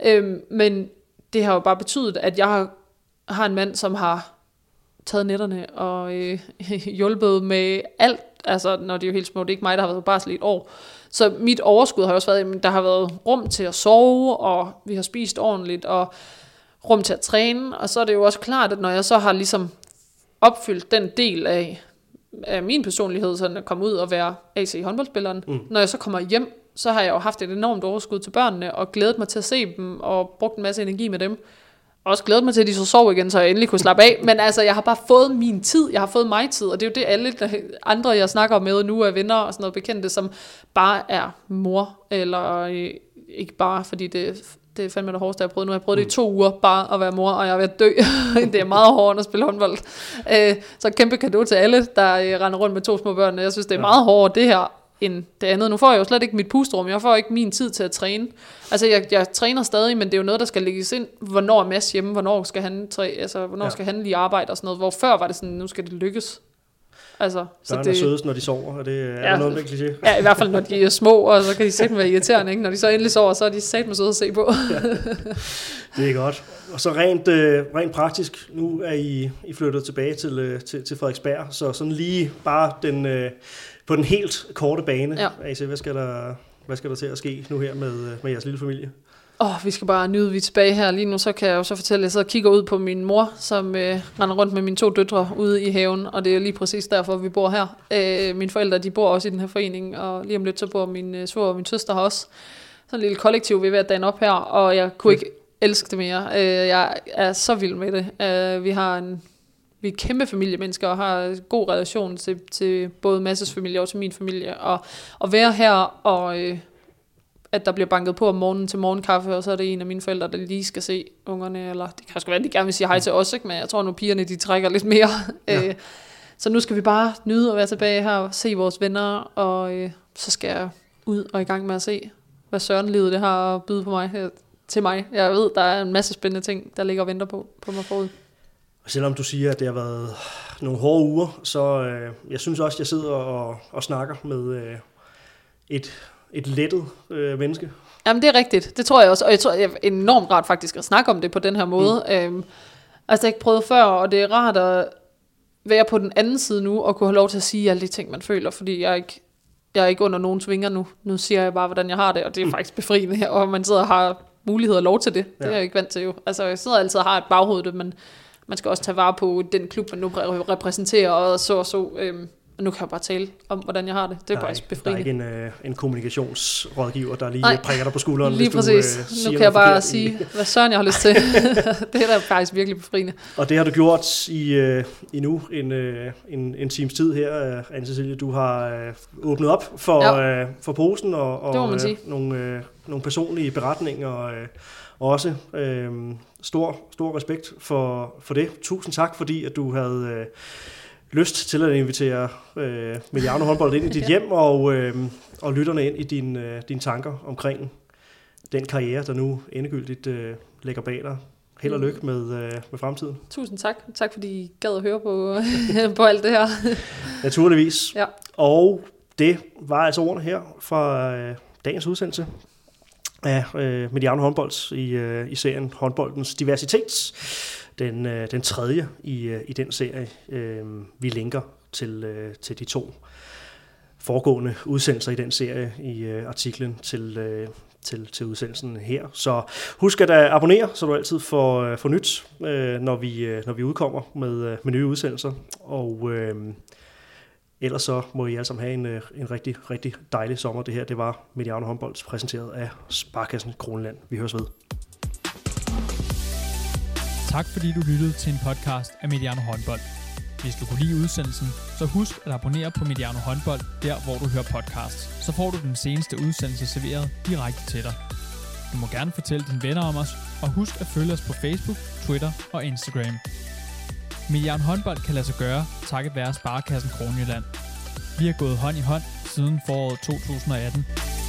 Speaker 3: Men det har jo bare betydet, at jeg har en mand, som har taget netterne og hjulpet med alt, altså når det er jo helt små, det er ikke mig, der har været på barsel i et år. Så mit overskud har også været, at der har været rum til at sove, og vi har spist ordentligt, og rum til at træne, og så er det jo også klart, at når jeg så har ligesom opfyldt den del af min personlighed, sådan at komme ud og være AC håndboldspilleren, når jeg så kommer hjem, så har jeg jo haft et enormt overskud til børnene, og glædet mig til at se dem, og brugt en masse energi med dem. Også glædet mig til, at de så sov igen, så jeg endelig kunne slappe af. Men altså, jeg har bare fået min tid. Jeg har fået mig tid. Og det er jo det, alle andre, jeg snakker med nu, er venner og sådan noget bekendte, som bare er mor. Eller ikke bare, fordi det er fandme det hårdeste, jeg har prøvet. Nu har jeg prøvet det i 2 uger, bare at være mor, og jeg er ved at dø. Det er meget hårdere at spille håndbold. Så kæmpe cadeau til alle, der render rundt med 2 små børn. Jeg synes, det er meget hårdere det her, end det andet. Nu får jeg jo slet ikke mit pusterum. Jeg får ikke min tid til at træne. Altså, jeg træner stadig, men det er jo noget, der skal lægges ind. Hvornår er Mads hjemme? Hvornår skal han skal han lige arbejde og sådan noget? Hvor før var det sådan, nu skal det lykkes. Altså,
Speaker 2: børn er sødest, når de sover, og det er noget med kliché.
Speaker 3: Ja, i hvert fald, når de er små, og så kan de sætte være irriterende, ikke? Når de så endelig sover, så er de satme søde at se på.
Speaker 2: Det er godt. Og så rent praktisk, nu er I flyttet tilbage til Frederiksberg, så sådan lige bare på den helt korte bane. Altså, hvad skal der til at ske nu her med jeres lille familie?
Speaker 3: vi skal bare nyde, vi er tilbage her. Lige nu så kan jeg jo så fortælle, at jeg sidder og kigger ud på min mor, som render rundt med mine 2 døtre ude i haven, og det er lige præcis derfor, vi bor her. Mine forældre, de bor også i den her forening, og lige om lidt, så bor min svoger og min søster her også. Sådan en lille kollektiv, vi er ved at danne op her, og jeg kunne ikke elske det mere. Jeg er så vild med det. Vi er kæmpe familiemennesker og har en god relation til både Masses familie og til min familie. Og at være her, og at der bliver banket på om morgenen til morgenkaffe, og så er det en af mine forældre, der lige skal se ungerne, eller det kan sgu være, at de gerne vil sige hej til os, ikke? Men jeg tror nu, pigerne de trækker lidt mere. Ja. Så nu skal vi bare nyde at være tilbage her og se vores venner, og så skal jeg ud og i gang med at se, hvad sørenlivet det har at byde på mig, til mig. Jeg ved, der er en masse spændende ting, der ligger og venter på mig forud.
Speaker 2: Selvom du siger, at det har været nogle hårde uger, så jeg synes også, at jeg sidder og snakker med et lettet menneske.
Speaker 3: Jamen det er rigtigt, det tror jeg også, og jeg tror, jeg er enormt rart faktisk at snakke om det på den her måde. Altså jeg har ikke prøvet før, og det er rart at være på den anden side nu, og kunne have lov til at sige alle de ting, man føler, fordi jeg er ikke under nogens vinger nu. Nu siger jeg bare, hvordan jeg har det, og det er faktisk befriende, og man sidder og har mulighed og lov til det. Det er jeg ikke vant til jo. Altså jeg sidder altid og har et baghoved, men man skal også tage vare på den klub, man nu repræsenterer, og så. Og nu kan jeg bare tale om, hvordan jeg har det. Det er bare befriende.
Speaker 2: Der er ikke en kommunikationsrådgiver, der lige prikker dig på skulderen.
Speaker 3: Lige præcis. Nu kan jeg bare sige, hvad søren jeg har lyst til. Det er da faktisk virkelig befriende.
Speaker 2: Og det har du gjort i nu en times tid her, Anne-Cecilie. Du har åbnet op for posen og nogle personlige beretninger, og også stor respekt for det. Tusind tak, fordi at du havde lyst til at invitere Mediano Håndbold ind i dit hjem, og lytterne ind i dine tanker omkring den karriere, der nu endegyldigt ligger bag dig. Held og lykke med fremtiden.
Speaker 3: Tusind tak. Tak fordi I gad at høre på alt det her.
Speaker 2: Naturligvis.
Speaker 3: Ja.
Speaker 2: Og det var altså ordene her fra dagens udsendelse af Mediano Håndbold i serien Håndboldens Diversitet. Den tredje i den serie. Vi linker til de 2 foregående udsendelser i den serie i artiklen til udsendelsen her. Så husk at abonnere, så du altid får nyt, når vi udkommer med nye udsendelser. Og ellers så må I alle sammen have en rigtig, rigtig dejlig sommer. Det her, det var Mediano Håndbold, præsenteret af Sparkassen Kroneland. Vi høres ved.
Speaker 1: Tak fordi du lyttede til en podcast af Mediano Håndbold. Hvis du kunne lide udsendelsen, så husk at abonnere på Mediano Håndbold, der hvor du hører podcasts. Så får du den seneste udsendelse serveret direkte til dig. Du må gerne fortælle dine venner om os, og husk at følge os på Facebook, Twitter og Instagram. Mediano Håndbold kan lade sig gøre, takket være Sparkassen Kronjylland. Vi har gået hånd i hånd siden foråret 2018.